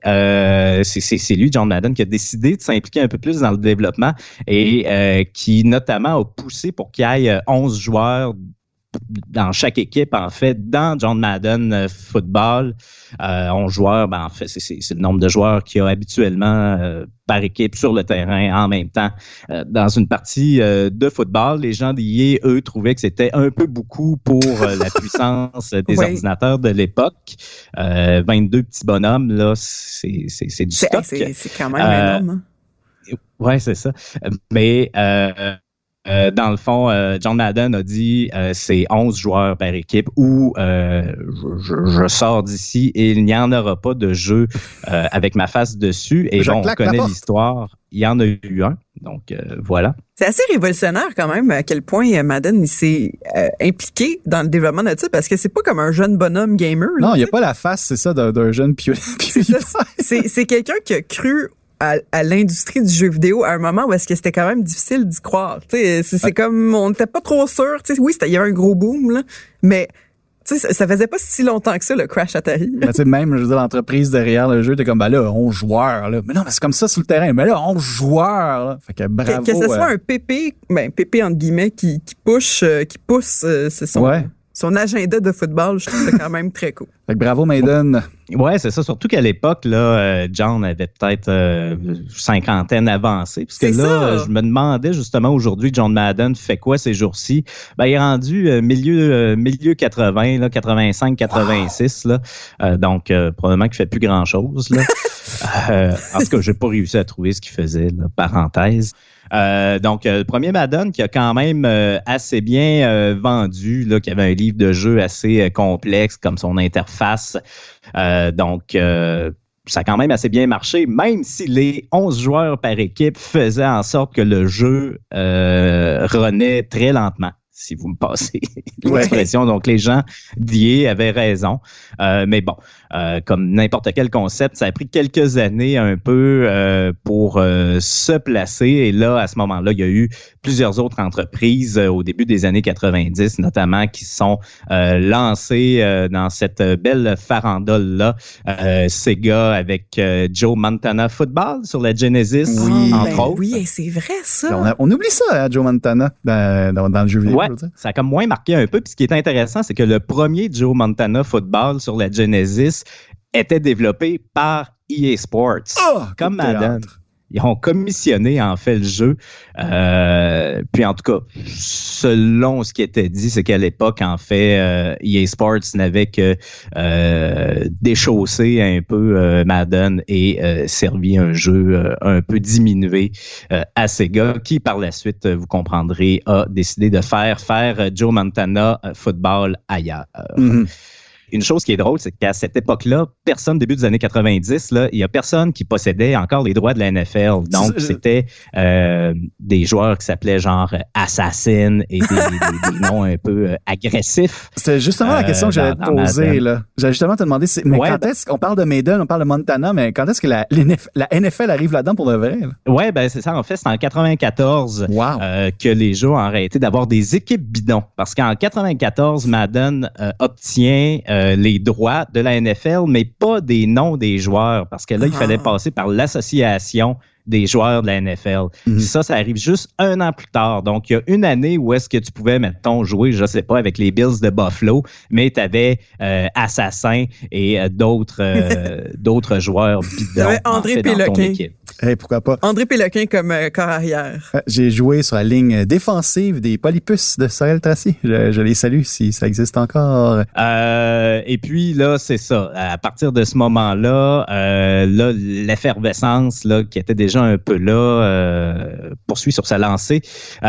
John Madden, qui a décidé de s'impliquer un peu plus dans le développement et qui notamment a poussé pour qu'il y ait 11 joueurs dans chaque équipe, en fait, dans John Madden Football. 11 joueurs, en fait, c'est le nombre de joueurs qu'il y a habituellement par équipe sur le terrain en même temps. Dans une partie de football, les gens d'IA, eux, trouvaient que c'était un peu beaucoup pour la puissance des ordinateurs de l'époque. 22 petits bonhommes, là, c'est du stock. C'est quand même énorme. Hein? Ouais, c'est ça. Mais dans le fond, John Madden a dit c'est 11 joueurs par équipe ou je sors d'ici et il n'y en aura pas de jeu avec ma face dessus. Et bon, on connaît l'histoire. Il y en a eu un. Donc, voilà. C'est assez révolutionnaire quand même à quel point Madden il s'est impliqué dans le développement de ça parce que c'est pas comme un jeune bonhomme gamer. Non, il n'y a pas la face, c'est ça, d'un jeune c'est quelqu'un qui a cru à l'industrie du jeu vidéo à un moment où est-ce que c'était quand même difficile d'y croire. C'est comme, on n'était pas trop sûr. Oui, il y avait un gros boom, là, mais ça faisait pas si longtemps que ça, le Crash Atari. Même, je veux dire, l'entreprise derrière le jeu, t'es comme, là, 11 joueurs, là. Mais non, mais c'est comme ça sur le terrain. Mais là, 11 joueurs, là. Fait que bravo. Que ce soit un PP, PP entre guillemets, qui pousse son agenda de football, je trouve ça quand même très cool. Fait que bravo, Maiden. Ouais, c'est ça. Surtout qu'à l'époque, là, John avait peut-être cinquantaine avancée. Parce que là, je me demandais justement aujourd'hui, John Madden fait quoi ces jours-ci? Ben, il est rendu milieu 80, là, 85, 86, wow. Là. Donc, probablement qu'il fait plus grand-chose, là. En tout cas, j'ai pas réussi à trouver ce qu'il faisait, là, parenthèse. Donc, le premier Madden qui a quand même assez bien vendu, là, qui avait un livre de jeu assez complexe comme son interface. Donc, ça a quand même assez bien marché, même si les 11 joueurs par équipe faisaient en sorte que le jeu runnait très lentement. Si vous me passez l'expression. Donc, les gens d'IA avaient raison. Mais bon, comme n'importe quel concept, ça a pris quelques années un peu pour se placer. Et là, à ce moment-là, il y a eu plusieurs autres entreprises au début des années 90, notamment, qui sont lancées dans cette belle farandole-là. Sega avec Joe Montana Football sur la Genesis, entre autres. Oui, c'est vrai, ça. On oublie ça, hein, Joe Montana, dans le jeu vidéo. Ouais, ça a comme moins marqué un peu. Puis ce qui est intéressant, c'est que le premier Joe Montana Football sur la Genesis était développé par EA Sports. Comme Madden. Ils ont commissionné, en fait, le jeu. Puis, en tout cas, selon ce qui était dit, c'est qu'à l'époque, en fait, EA Sports n'avait que déchaussé un peu Madden et servi un jeu un peu diminué à Sega, qui, par la suite, vous comprendrez, a décidé de faire Joe Montana Football ailleurs. Mm-hmm. Une chose qui est drôle, c'est qu'à cette époque-là, début des années 90, là, il y a personne qui possédait encore les droits de la NFL. Donc, c'était des joueurs qui s'appelaient genre Assassin et des noms un peu agressifs. C'est justement la question que j'allais te poser, là. J'allais justement te demander, quand est-ce qu'on parle de Maiden, on parle de Montana, mais quand est-ce que la NFL arrive là-dedans pour de vrai? Oui, ben c'est ça. En fait, c'est en 94 que les jeux ont arrêté d'avoir des équipes bidons. Parce qu'en 94, Madden obtient les droits de la NFL, mais pas des noms des joueurs, parce que là, il fallait passer par l'association des joueurs de la NFL. Mm-hmm. Ça arrive juste un an plus tard. Donc, il y a une année où est-ce que tu pouvais, mettons, jouer, je sais pas, avec les Bills de Buffalo, mais tu avais Assassin et d'autres joueurs bidons André dans ton équipe. Hey, pourquoi pas? André Péloquin comme corps arrière. J'ai joué sur la ligne défensive des Polypus de Sorel Tracy. Je les salue si ça existe encore. Et puis là, c'est ça. À partir de ce moment-là, l'effervescence là, qui était déjà déjà un peu là, poursuit sur sa lancée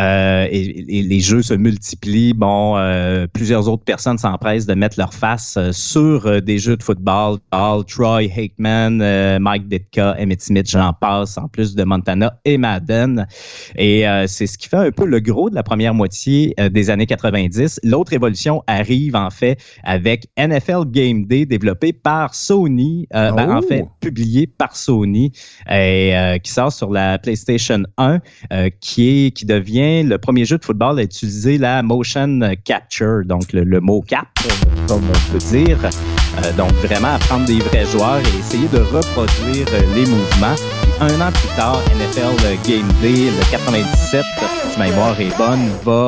et les jeux se multiplient. Bon, plusieurs autres personnes s'empressent de mettre leur face sur des jeux de football. Troy Aikman, Mike Ditka, Emmitt Smith, j'en passe, en plus de Montana et Madden. Et c'est ce qui fait un peu le gros de la première moitié des années 90. L'autre évolution arrive en fait avec NFL Game Day développé par Sony, en fait publié par Sony et qui sort sur la PlayStation 1, qui devient le premier jeu de football à utiliser la motion capture, donc le mot cap, comme on peut dire. Donc vraiment apprendre des vrais joueurs et essayer de reproduire les mouvements. Puis, 1 an plus tard, NFL Game Day, le 97, si ma mémoire est bonne,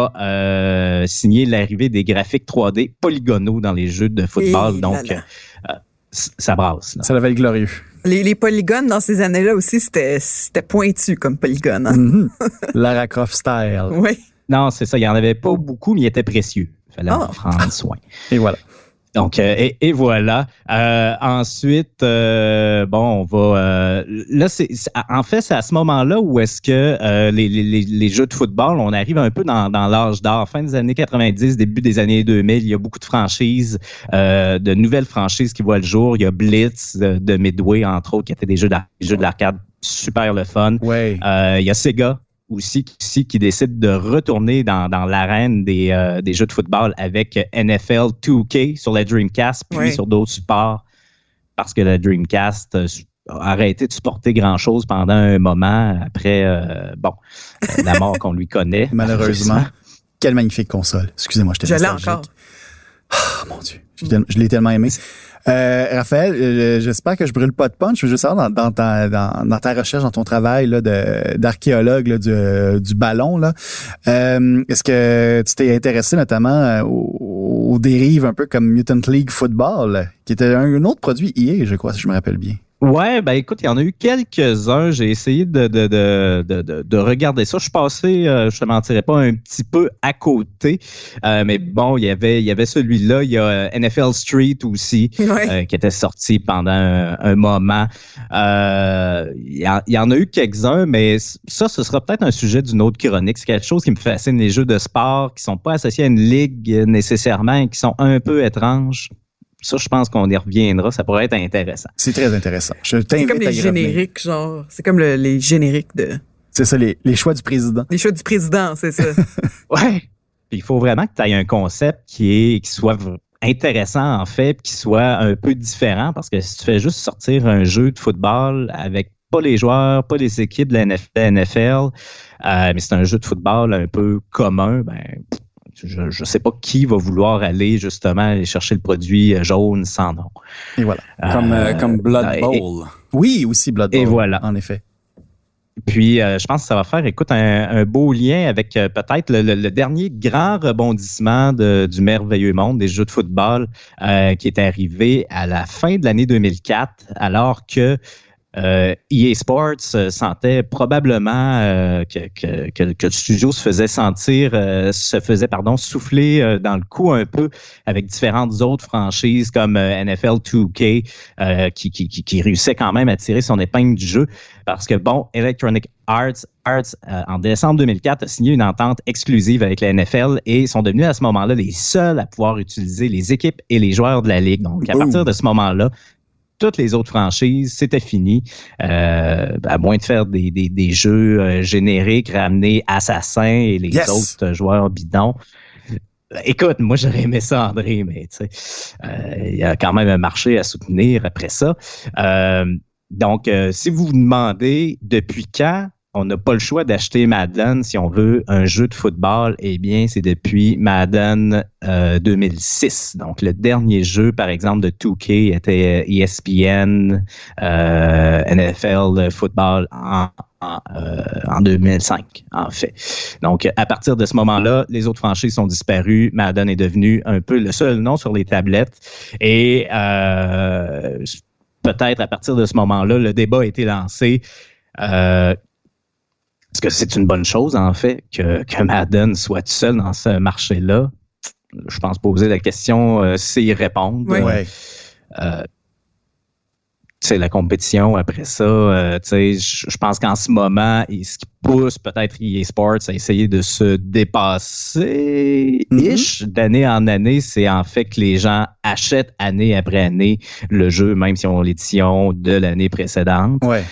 va signer l'arrivée des graphiques 3D polygonaux dans les jeux de football. Donc, ça brasse. Là. Ça devait être glorieux. Les polygones dans ces années-là aussi, c'était pointu comme polygone. Hein? Lara Croft style. Oui. Non, c'est ça. Il n'y en avait pas beaucoup, mais il était précieux. Il fallait en prendre soin. Et voilà. Donc, et voilà. Ensuite, on va... là, en fait, c'est à ce moment-là où est-ce que les jeux de football, on arrive un peu dans l'âge d'or. Fin des années 90, début des années 2000, il y a beaucoup de franchises, de nouvelles franchises qui voient le jour. Il y a Blitz de Midway, entre autres, qui étaient des jeux de l'arcade super le fun. Ouais. Il y a Sega aussi qui décide de retourner dans l'arène des jeux de football avec NFL 2K sur la Dreamcast, puis sur d'autres supports, parce que la Dreamcast a arrêté de supporter grand-chose pendant un moment après la mort qu'on lui connaît. Malheureusement. Quelle magnifique console. Excusez-moi, je l'ai encore. Oh mon Dieu, je l'ai tellement aimé. Raphaël, j'espère que je brûle pas de punch. Je veux juste savoir dans ta recherche, dans ton travail là, d'archéologue là, du ballon, là, est-ce que tu t'es intéressé notamment aux dérives un peu comme Mutant League Football, qui était un autre produit EA, je crois, si je me rappelle bien. Ouais, ben écoute, il y en a eu quelques-uns. J'ai essayé de regarder ça. Je suis passé, je te mentirais pas, un petit peu à côté. Mais bon, il y avait celui-là. Il y a NFL Street aussi, qui était sorti pendant un moment. Il y en a eu quelques-uns, mais ça, ce sera peut-être un sujet d'une autre chronique. C'est quelque chose qui me fascine, les jeux de sport qui sont pas associés à une ligue nécessairement et qui sont un peu étranges. Ça, je pense qu'on y reviendra. Ça pourrait être intéressant. C'est très intéressant. Je t'invite à y revenir. C'est comme les génériques, genre. C'est comme les génériques de... C'est ça, les choix du président. Les choix du président, c'est ça. Ouais. Puis il faut vraiment que tu aies un concept qui soit intéressant, en fait, puis qui soit un peu différent, parce que si tu fais juste sortir un jeu de football avec pas les joueurs, pas les équipes de la NFL, mais c'est un jeu de football un peu commun, je sais pas qui va vouloir aller justement aller chercher le produit jaune sans nom. Et voilà. Comme Blood Bowl. Oui, aussi Blood Bowl. Et voilà. En effet. Puis, je pense que ça va faire, écoute, un beau lien avec peut-être le dernier grand rebondissement du merveilleux monde des jeux de football qui est arrivé à la fin de l'année 2004, alors que EA Sports sentait probablement que le studio se faisait souffler dans le cou un peu avec différentes autres franchises comme NFL 2K qui réussissait quand même à tirer son épingle du jeu parce que Electronic Arts en décembre 2004 a signé une entente exclusive avec la NFL et sont devenus à ce moment-là les seuls à pouvoir utiliser les équipes et les joueurs de la ligue. Donc à partir de ce moment-là, toutes les autres franchises, c'était fini. À moins de faire des jeux génériques, ramener Assassin et les autres joueurs bidons. Écoute, moi, j'aurais aimé ça, André, mais tu sais, il y a quand même un marché à soutenir après ça. Donc, si vous vous demandez depuis quand on n'a pas le choix d'acheter Madden si on veut un jeu de football, eh bien, c'est depuis Madden 2006. Donc, le dernier jeu, par exemple, de 2K était ESPN NFL Football en 2005, en fait. Donc, à partir de ce moment-là, les autres franchises sont disparues. Madden est devenu un peu le seul nom sur les tablettes. Et peut-être à partir de ce moment-là, le débat a été lancé. Est-ce que c'est une bonne chose, en fait, que Madden soit tout seul dans ce marché-là? Je pense poser la question, c'est y répondre. Oui. sais, la compétition après ça, tu sais, je pense qu'en ce moment, ce qui pousse peut-être EA Sports à essayer de se dépasser d'année en année, c'est en fait que les gens achètent année après année le jeu, même si on a l'édition de l'année précédente. Ouais.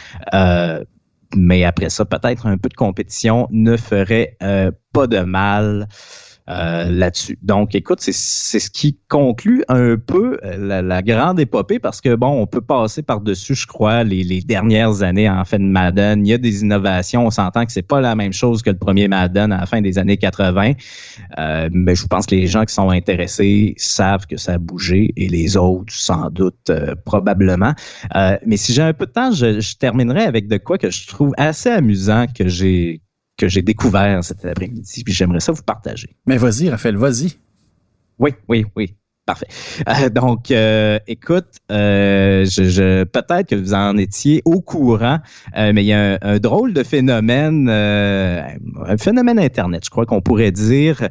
Mais après ça, peut-être un peu de compétition ne ferait pas de mal. Là-dessus. Donc, écoute, c'est ce qui conclut un peu la grande épopée parce que, bon, on peut passer par-dessus, je crois, les dernières années en fait de Madden. Il y a des innovations. On s'entend que c'est pas la même chose que le premier Madden à la fin des années 80. Mais je pense que les gens qui sont intéressés savent que ça a bougé et les autres, sans doute, probablement. Mais si j'ai un peu de temps, je terminerai avec de quoi que je trouve assez amusant que j'ai découvert cet après-midi, puis j'aimerais ça vous partager. Mais vas-y, Raphaël, vas-y. Oui, parfait. Donc, écoute, peut-être que vous en étiez au courant, mais il y a un drôle de phénomène, un phénomène Internet, je crois qu'on pourrait dire,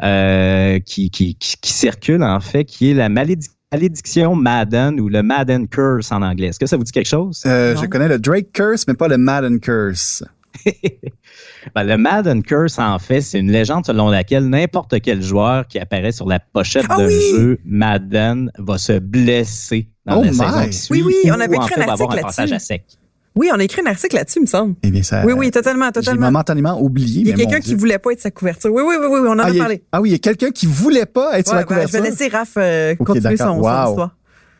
qui circule en fait, qui est la malédiction Madden ou le Madden Curse en anglais. Est-ce que ça vous dit quelque chose? Je connais le Drake Curse, mais pas le Madden Curse. Ben, le Madden Curse, en fait, c'est une légende selon laquelle n'importe quel joueur qui apparaît sur la pochette d'un jeu Madden va se blesser dans la saison qui suit. Oui, on avait écrit un article un passage à sec. Oui, on a écrit un article là-dessus, me semble. Eh bien, ça. Oui, totalement. J'ai momentanément oublié. Il y a quelqu'un qui voulait pas être sa couverture. Oui, on en a parlé. Il y a quelqu'un qui voulait pas être sur la couverture. Je vais laisser Raph continuer son histoire.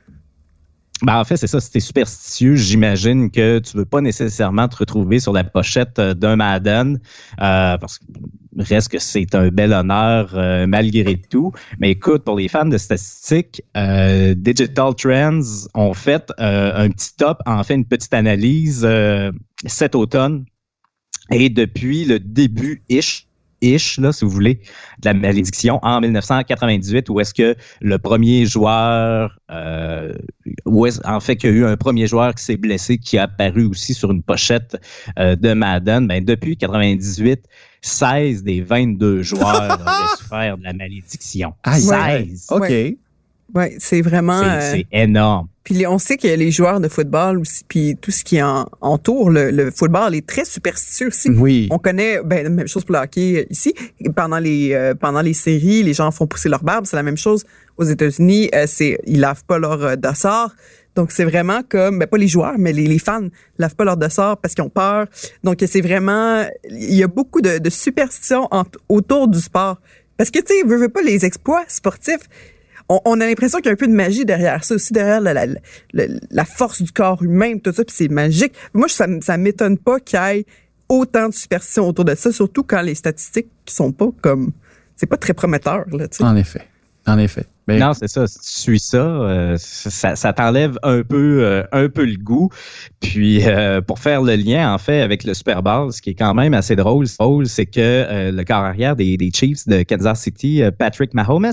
Ben, en fait, c'est ça, si t'es superstitieux, j'imagine que tu veux pas nécessairement te retrouver sur la pochette d'un Madden, parce que reste que c'est un bel honneur malgré tout. Mais écoute, pour les fans de statistiques, Digital Trends ont fait un petit top, une petite analyse cet automne. Et depuis le début-ish, là, si vous voulez, de la malédiction en 1998, où est-ce que le premier joueur, qu'il y a eu un premier joueur qui s'est blessé, qui a apparu aussi sur une pochette de Madden, ben depuis 98, 16 des 22 joueurs auraient souffert de la malédiction. 16! OK. Ouais, c'est vraiment... C'est énorme. Puis on sait que les joueurs de football aussi, puis tout ce qui entoure le football est très superstitieux aussi. Oui. On connaît, la même chose pour le hockey ici. Pendant les séries, les gens font pousser leur barbe. C'est la même chose aux États-Unis. Ils lavent pas leur dossard. Donc c'est vraiment comme, pas les joueurs, mais les fans lavent pas leur dossard parce qu'ils ont peur. Donc c'est vraiment, il y a beaucoup de superstitions autour du sport. Parce que tu sais, veux pas les exploits sportifs. On a l'impression qu'il y a un peu de magie derrière ça aussi, derrière la force du corps humain, tout ça, puis c'est magique. Moi, ça m'étonne pas qu'il y ait autant de superstitions autour de ça, surtout quand les statistiques sont pas comme... C'est pas très prometteur, là, tu sais. En effet. Mais... Non, c'est ça. Si tu suis ça t'enlève un peu le goût. Puis, pour faire le lien, en fait, avec le Super Bowl, ce qui est quand même assez drôle, c'est que le corps arrière des Chiefs de Kansas City, Patrick Mahomes,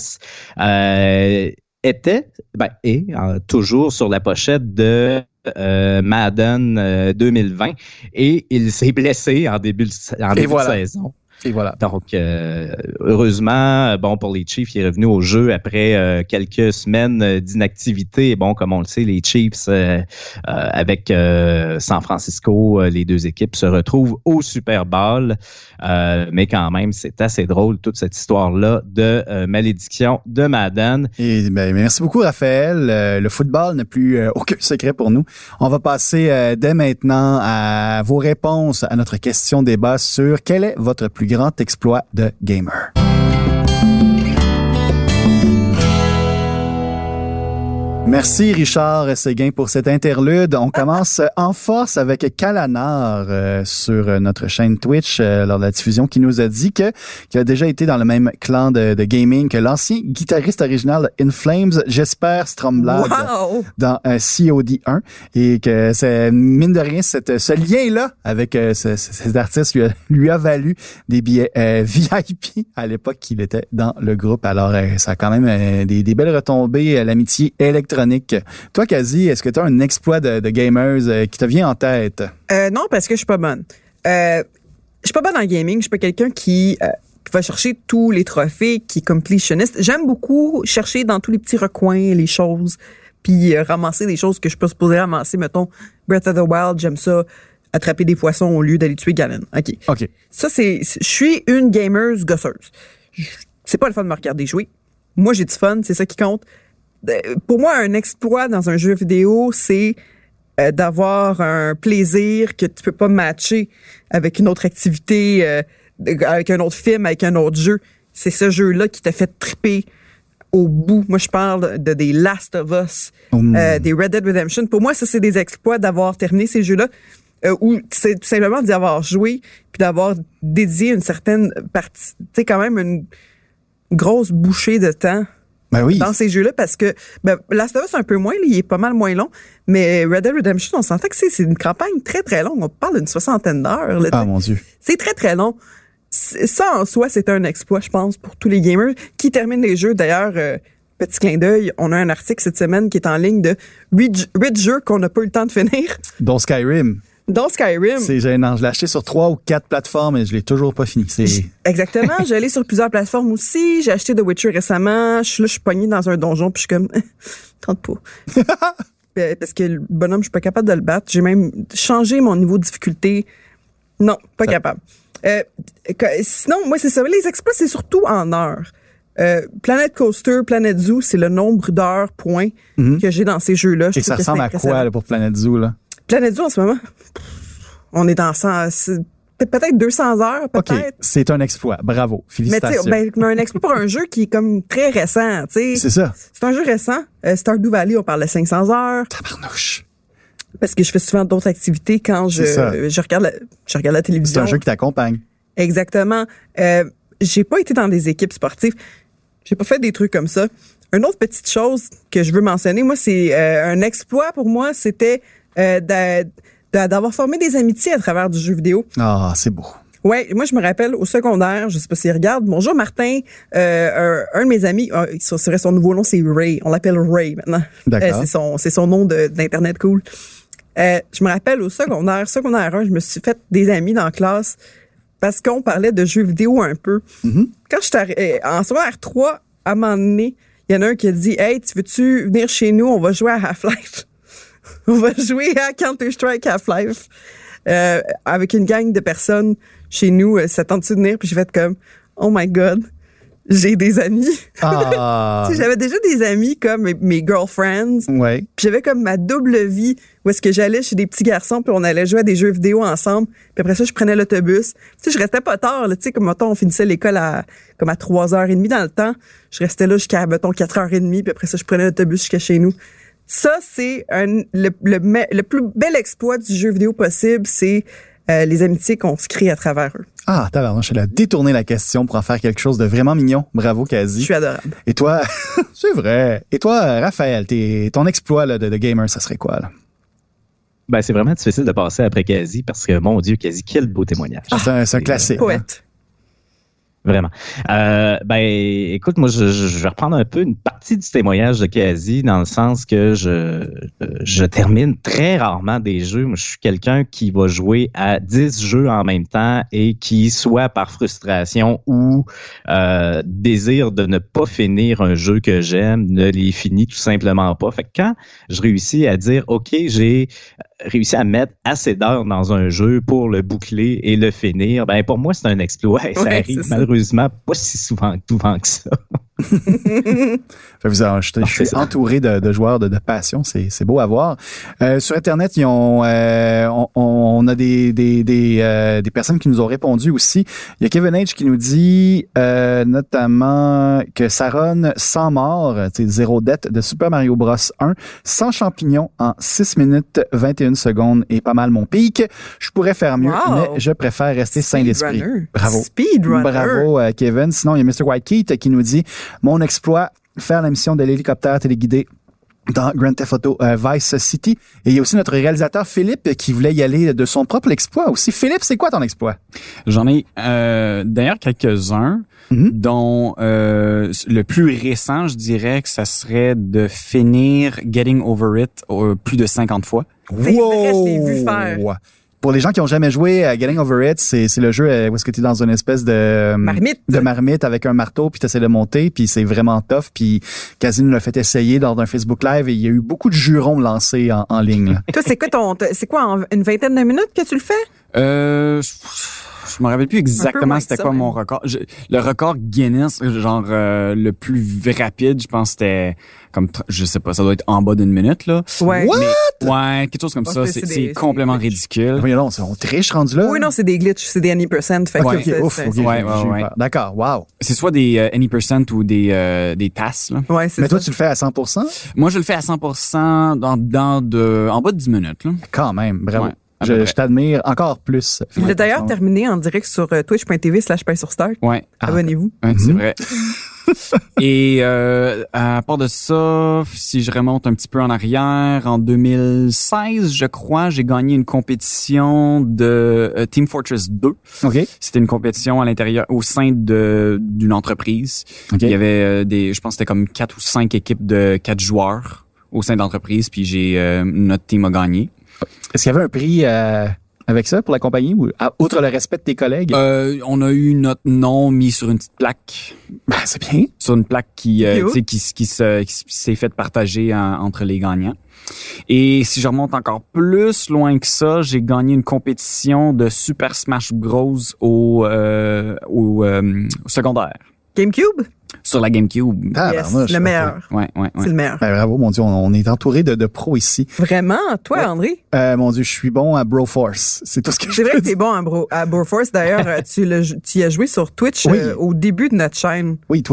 est toujours sur la pochette de Madden 2020 et il s'est blessé en début de saison. Et voilà. Donc, heureusement, pour les Chiefs, il est revenu au jeu après quelques semaines d'inactivité. Et bon, comme on le sait, les Chiefs, avec San Francisco, les deux équipes se retrouvent au Super Bowl. Mais quand même, c'est assez drôle, toute cette histoire-là de malédiction de Madden. Et merci beaucoup, Raphaël. Le football n'a plus aucun secret pour nous. On va passer dès maintenant à vos réponses à notre question débat sur quel est votre plus grand exploit de gamer. Merci Richard Séguin pour cet interlude. On commence en force avec Kalanar sur notre chaîne Twitch lors de la diffusion qui nous a dit qu'il a déjà été dans le même clan de gaming que l'ancien guitariste original In Flames, Jesper Stromblad, dans COD 1 et que c'est mine de rien ce lien-là avec cet artiste lui a valu des billets VIP à l'époque qu'il était dans le groupe. Alors ça a quand même des belles retombées, l'amitié électronique. Toi, Kazi, est-ce que tu as un exploit de gamers qui te vient en tête? Non, parce que je suis pas bonne. Je suis pas bonne en gaming. Je suis pas quelqu'un qui va chercher tous les trophées, qui est completionniste. J'aime beaucoup chercher dans tous les petits recoins les choses. puis ramasser des choses que je suis pas supposée ramasser. Mettons, Breath of the Wild, j'aime ça, attraper des poissons au lieu d'aller tuer Ganon. OK. Ça, je suis une gameuse gosseuse. C'est pas le fun de me regarder jouer. Moi, j'ai du fun, c'est ça qui compte. Pour moi, un exploit dans un jeu vidéo, c'est d'avoir un plaisir que tu peux pas matcher avec une autre activité, avec un autre film, avec un autre jeu. C'est ce jeu-là qui t'a fait triper au bout. Moi, je parle des Last of Us, des Red Dead Redemption. Pour moi, ça, c'est des exploits d'avoir terminé ces jeux-là, ou c'est tout simplement d'y avoir joué, puis d'avoir dédié une certaine partie, tu sais, quand même une grosse bouchée de temps dans ces jeux-là, parce que Last of Us, un peu moins, là, il est pas mal moins long, mais Red Dead Redemption, on s'entend que c'est une campagne très, très longue. On parle d'une 60aine d'heures. Là, ah, mon Dieu. C'est très, très long. Ça, en soi, c'est un exploit, je pense, pour tous les gamers qui terminent les jeux. D'ailleurs, petit clin d'œil, on a un article cette semaine qui est en ligne de 8 jeux qu'on n'a pas eu le temps de finir. Dont Skyrim. C'est gênant. Je l'ai acheté sur 3 ou 4 plateformes et je l'ai toujours pas fini. Exactement. J'ai allé sur plusieurs plateformes aussi. J'ai acheté The Witcher récemment. Je suis pognée dans un donjon puis je suis comme, tente pas. Parce que le bonhomme, je suis pas capable de le battre. J'ai même changé mon niveau de difficulté. Non, pas capable. Sinon, moi, c'est ça. Les exploits, c'est surtout en heures. Planet Coaster, Planet Zoo, c'est le nombre d'heures, points, que j'ai dans ces jeux-là. Et ça ressemble à quoi là, pour Planet Zoo, là? Planet Zoo, en ce moment, on est dans peut-être 200 heures, peut-être. OK, c'est un exploit. Bravo. Félicitations. Mais un exploit pour un jeu qui est comme très récent, tu sais. C'est ça. C'est un jeu récent. Stardew Valley, on parle de 500 heures. Tabarnouche. Parce que je fais souvent d'autres activités quand je regarde la télévision. C'est un jeu qui t'accompagne. Exactement. J'ai pas été dans des équipes sportives. J'ai pas fait des trucs comme ça. Une autre petite chose que je veux mentionner, moi, c'est un exploit pour moi, c'était d'avoir formé des amitiés à travers du jeu vidéo. Ah, c'est beau. Ouais, moi je me rappelle au secondaire, je sais pas s'il regarde. Bonjour Martin, un de mes amis, c'est vrai son nouveau nom c'est Ray, on l'appelle Ray maintenant. D'accord. C'est son nom d'internet cool. Je me rappelle au secondaire 1, je me suis fait des amis dans la classe parce qu'on parlait de jeux vidéo un peu. Quand j'étais en secondaire 3, à un moment donné, il y en a un qui a dit « Hey, tu veux-tu venir chez nous? On va jouer à Half-Life. » On va jouer à Counter-Strike Half-Life avec une gang de personnes chez nous. Ça tente-tu de venir? Puis j'ai fait comme « Oh my God, j'ai des amis. » J'avais déjà des amis comme mes girlfriends. Ouais. Puis j'avais comme ma double vie où est-ce que j'allais chez des petits garçons puis on allait jouer à des jeux vidéo ensemble. Puis après ça, je prenais l'autobus. Tu sais, je restais pas tard. Tu sais, comme mettons, on finissait l'école comme à 3h30 dans le temps. Je restais là jusqu'à, mettons, 4h30. Puis après ça, je prenais l'autobus jusqu'à chez nous. Ça, c'est le plus bel exploit du jeu vidéo possible, c'est les amitiés qu'on se crée à travers eux. Ah, tabarnouche, elle a détourné la question pour en faire quelque chose de vraiment mignon. Bravo, Kazi. Je suis adorable. Et toi, c'est vrai. Et toi, Raphaël, ton exploit là, de gamer, ça serait quoi, là? Ben, c'est vraiment difficile de passer après Kazi parce que, mon Dieu, Kazi, quel beau témoignage. C'est un classique. Poète. Vraiment. Écoute, moi, je vais reprendre un peu une partie du témoignage de Kazi dans le sens que je termine très rarement des jeux. Moi, je suis quelqu'un qui va jouer à 10 jeux en même temps et qui, soit par frustration ou désir de ne pas finir un jeu que j'aime, ne les finit tout simplement pas. Fait que quand je réussis à dire, OK, j'ai réussi à mettre assez d'heures dans un jeu pour le boucler et le finir, ben pour moi, c'est un exploit et ça arrive malheureusement pas si souvent que ça. Je suis entouré de joueurs de passion, c'est beau à voir. Sur Internet, on a des personnes qui nous ont répondu aussi. Il y a Kevin H qui nous dit notamment que ça run sans mort, zéro dette de Super Mario Bros 1, sans champignons en 6 minutes 21 secondes et pas mal mon pic. Je pourrais faire mieux, mais je préfère rester sain d'esprit. Bravo. Speedrunner. Bravo, Kevin. Sinon, il y a Mr. White Keat qui nous dit mon exploit, faire la mission de l'hélicoptère téléguidé dans Grand Theft Auto Vice City. Et il y a aussi notre réalisateur Philippe qui voulait y aller de son propre exploit aussi. Philippe, c'est quoi ton exploit? J'en ai d'ailleurs quelques-uns, dont le plus récent, je dirais que ça serait de finir Getting Over It plus de 50 fois. C'est vrai, je l'ai vu faire. Pour les gens qui ont jamais joué à Getting Over It, c'est le jeu où est-ce que tu es dans une espèce de marmite avec un marteau, puis tu essaies de monter, puis c'est vraiment tough. Puis Kazi nous l'a fait essayer lors d'un Facebook Live et il y a eu beaucoup de jurons lancés en ligne. Là. Toi, c'est quoi, une vingtaine de minutes que tu le fais? Je me rappelle plus exactement c'était quoi mon record. Le record Guinness, genre le plus rapide, je pense c'était comme je sais pas, ça doit être en bas d'une minute là. Ouais. Ouais, quelque chose comme ça, c'est complètement ridicule. Oui, non, on triche rendu là. Oui, non, c'est des glitches, c'est des any%. Fait que ouais. D'accord, wow. C'est soit des any% ou des tasks là. Ouais, c'est Mais ça. toi tu le fais à 100%? Moi je le fais à 100% en bas de 10 minutes là. Quand même, bravo. Ouais. Je t'admire encore plus. Il l'a d'ailleurs terminé en direct sur twitch.tv/PaysSurStart. Ouais. Abonnez-vous. Ouais, c'est vrai. Et à part de ça, si je remonte un petit peu en arrière, en 2016, je crois, j'ai gagné une compétition de Team Fortress 2. OK. C'était une compétition à l'intérieur, au sein d'une entreprise. Okay. Il y avait je pense que c'était comme 4 ou 5 équipes de 4 joueurs au sein de l'entreprise, puis notre team a gagné. Est-ce qu'il y avait un prix avec ça pour la compagnie ou outre le respect de tes collègues? On a eu notre nom mis sur une petite plaque. Ben, c'est bien. Sur une plaque qui s'est faite partager entre les gagnants. Et si je remonte encore plus loin que ça, j'ai gagné une compétition de Super Smash Bros au secondaire. GameCube? Sur la GameCube. Yes, le meilleur. Ouais. C'est le meilleur. Ben, bravo, mon Dieu, on est entouré de pros ici. Vraiment? Toi, André? Mon Dieu, je suis bon à Broforce. C'est tout ce que je C'est vrai peux que t'es bon à Broforce. D'ailleurs, tu y as joué sur Twitch au début de notre chaîne. Oui,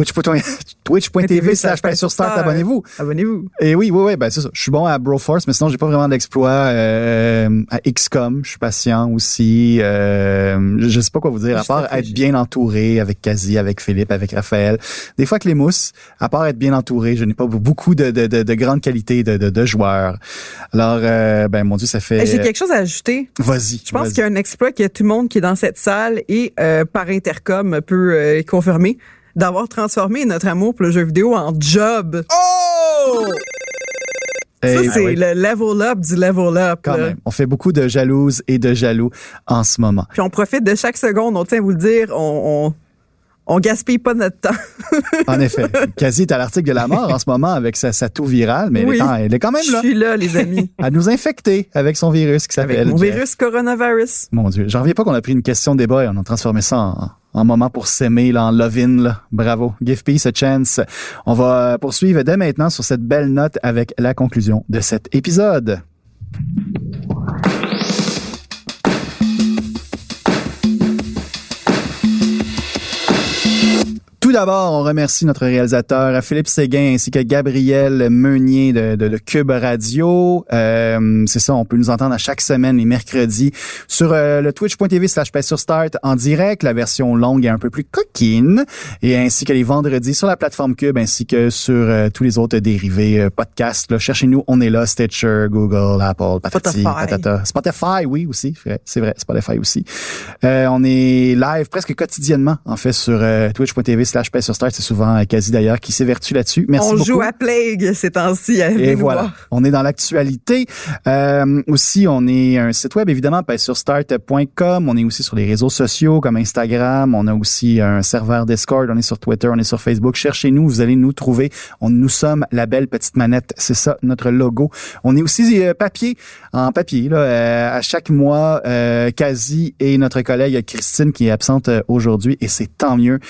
twitch.tv/PaysSurStart. Abonnez-vous. Et oui, ben c'est ça. Je suis bon à Broforce, mais sinon, j'ai pas vraiment d'exploit à XCOM. Je suis patient aussi. Je sais pas quoi vous dire, à part être bien entouré avec Kazi, avec Philippe, avec Raphaël. Des fois que les mousses, à part être bien entouré, je n'ai pas beaucoup de grande qualité de joueurs. Alors, ben mon Dieu, ça fait... J'ai quelque chose à ajouter. Vas-y. Je pense qu'il y a un exploit que tout le monde qui est dans cette salle et par intercom peut confirmer, d'avoir transformé notre amour pour le jeu vidéo en job. Oh! Ça, c'est le level up du level up. Quand même. On fait beaucoup de jalouses et de jaloux en ce moment. Puis on profite de chaque seconde. On tient à vous le dire, on gaspille pas notre temps. En effet. Kazi est à l'article de la mort en ce moment avec sa toux virale, mais elle est quand même là. Je suis là, les amis. À nous infecter avec son virus qui s'appelle... Avec mon virus coronavirus. Mon Dieu. J'en reviens pas qu'on a pris une question de débat et on a transformé ça en moment pour s'aimer, là, en love-in, là. Bravo. Give peace a chance. On va poursuivre dès maintenant sur cette belle note avec la conclusion de cet épisode. Tout d'abord, on remercie notre réalisateur Philippe Séguin ainsi que Gabriel Meunier de Cube Radio. C'est ça, on peut nous entendre à chaque semaine les mercredis sur le twitch.tv/PaysSurStart en direct, la version longue et un peu plus coquine, et ainsi que les vendredis sur la plateforme Cube ainsi que sur tous les autres dérivés podcasts. Là, cherchez-nous, on est là, Stitcher, Google, Apple, patati, patata. Spotify, oui aussi, c'est vrai, Spotify aussi. On est live presque quotidiennement en fait sur twitch.tv/PaysSurStart. C'est souvent Kazi d'ailleurs qui s'évertue là-dessus. Merci beaucoup. On joue à Plague ces temps-ci. Et voilà, on est dans l'actualité. Aussi, on est un site web évidemment, PaysSurStart.com. On est aussi sur les réseaux sociaux comme Instagram. On a aussi un serveur Discord. On est sur Twitter, on est sur Facebook. Cherchez-nous, vous allez nous trouver. Nous sommes la belle petite manette. C'est ça notre logo. On est aussi en papier là. À chaque mois, Kazi et notre collègue Christine qui est absente aujourd'hui, et c'est tant mieux.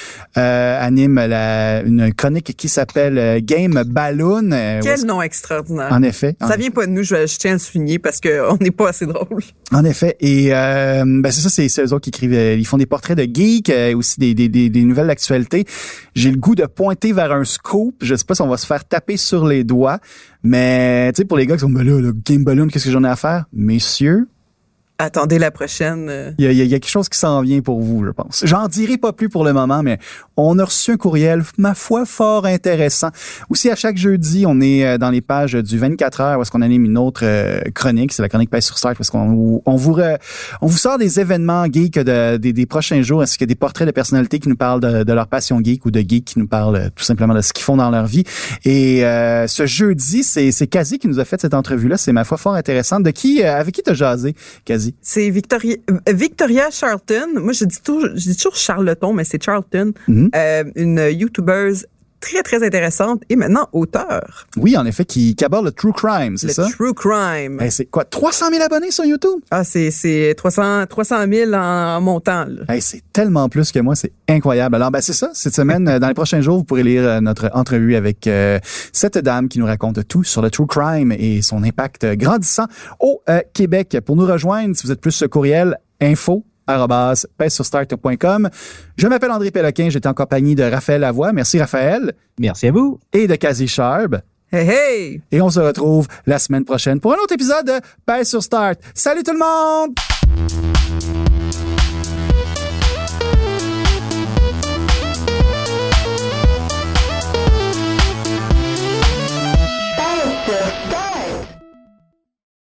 Anime une chronique qui s'appelle Game Balloon. Quel nom extraordinaire. En effet. Ça vient pas de nous, je tiens à le souligner parce qu'on n'est pas assez drôle. En effet. Et c'est ça, c'est eux autres qui écrivent. Ils font des portraits de geeks, aussi des nouvelles d'actualité. J'ai le goût de pointer vers un scoop. Je sais pas si on va se faire taper sur les doigts, mais tu sais, pour les gars qui sont le Game Balloon, qu'est-ce que j'en ai à faire? Messieurs, attendez la prochaine. Il y a quelque chose qui s'en vient pour vous, je pense. J'en dirai pas plus pour le moment, mais on a reçu un courriel, ma foi, fort intéressant. Aussi, à chaque jeudi, on est dans les pages du 24 heures où est-ce qu'on anime une autre chronique. C'est la chronique PaysSurStart, parce qu'on vous sort des événements geeks des prochains jours, ainsi que des portraits de personnalités qui nous parlent de leur passion geek ou de geeks qui nous parlent tout simplement de ce qu'ils font dans leur vie. Et ce jeudi, c'est Kazi qui nous a fait cette entrevue-là. C'est ma foi fort intéressante. Avec qui t'as jasé, Kazi? Vas-y. C'est Victoria Charlton. Moi, je dis toujours Charleton, mais c'est Charlton. Une YouTubeuse très, très intéressante et maintenant auteur. Oui, en effet, qui aborde le true crime, c'est ça? Le true crime. C'est quoi, 300 000 abonnés sur YouTube? Ah, c'est 300 000 en montant, là. C'est tellement plus que moi, c'est incroyable. Alors, c'est ça. Cette semaine, dans les prochains jours, vous pourrez lire notre entrevue avec cette dame qui nous raconte tout sur le true crime et son impact grandissant au Québec. Pour nous rejoindre, si vous êtes plus ce courriel, info@pèsesurstart.com. Je m'appelle André Péloquin, j'étais en compagnie de Raphaël Lavoie. Merci Raphaël. Merci à vous. Et de Kazi Sharp. Hey, hey! Et on se retrouve la semaine prochaine pour un autre épisode de Pèse sur Start. Salut tout le monde!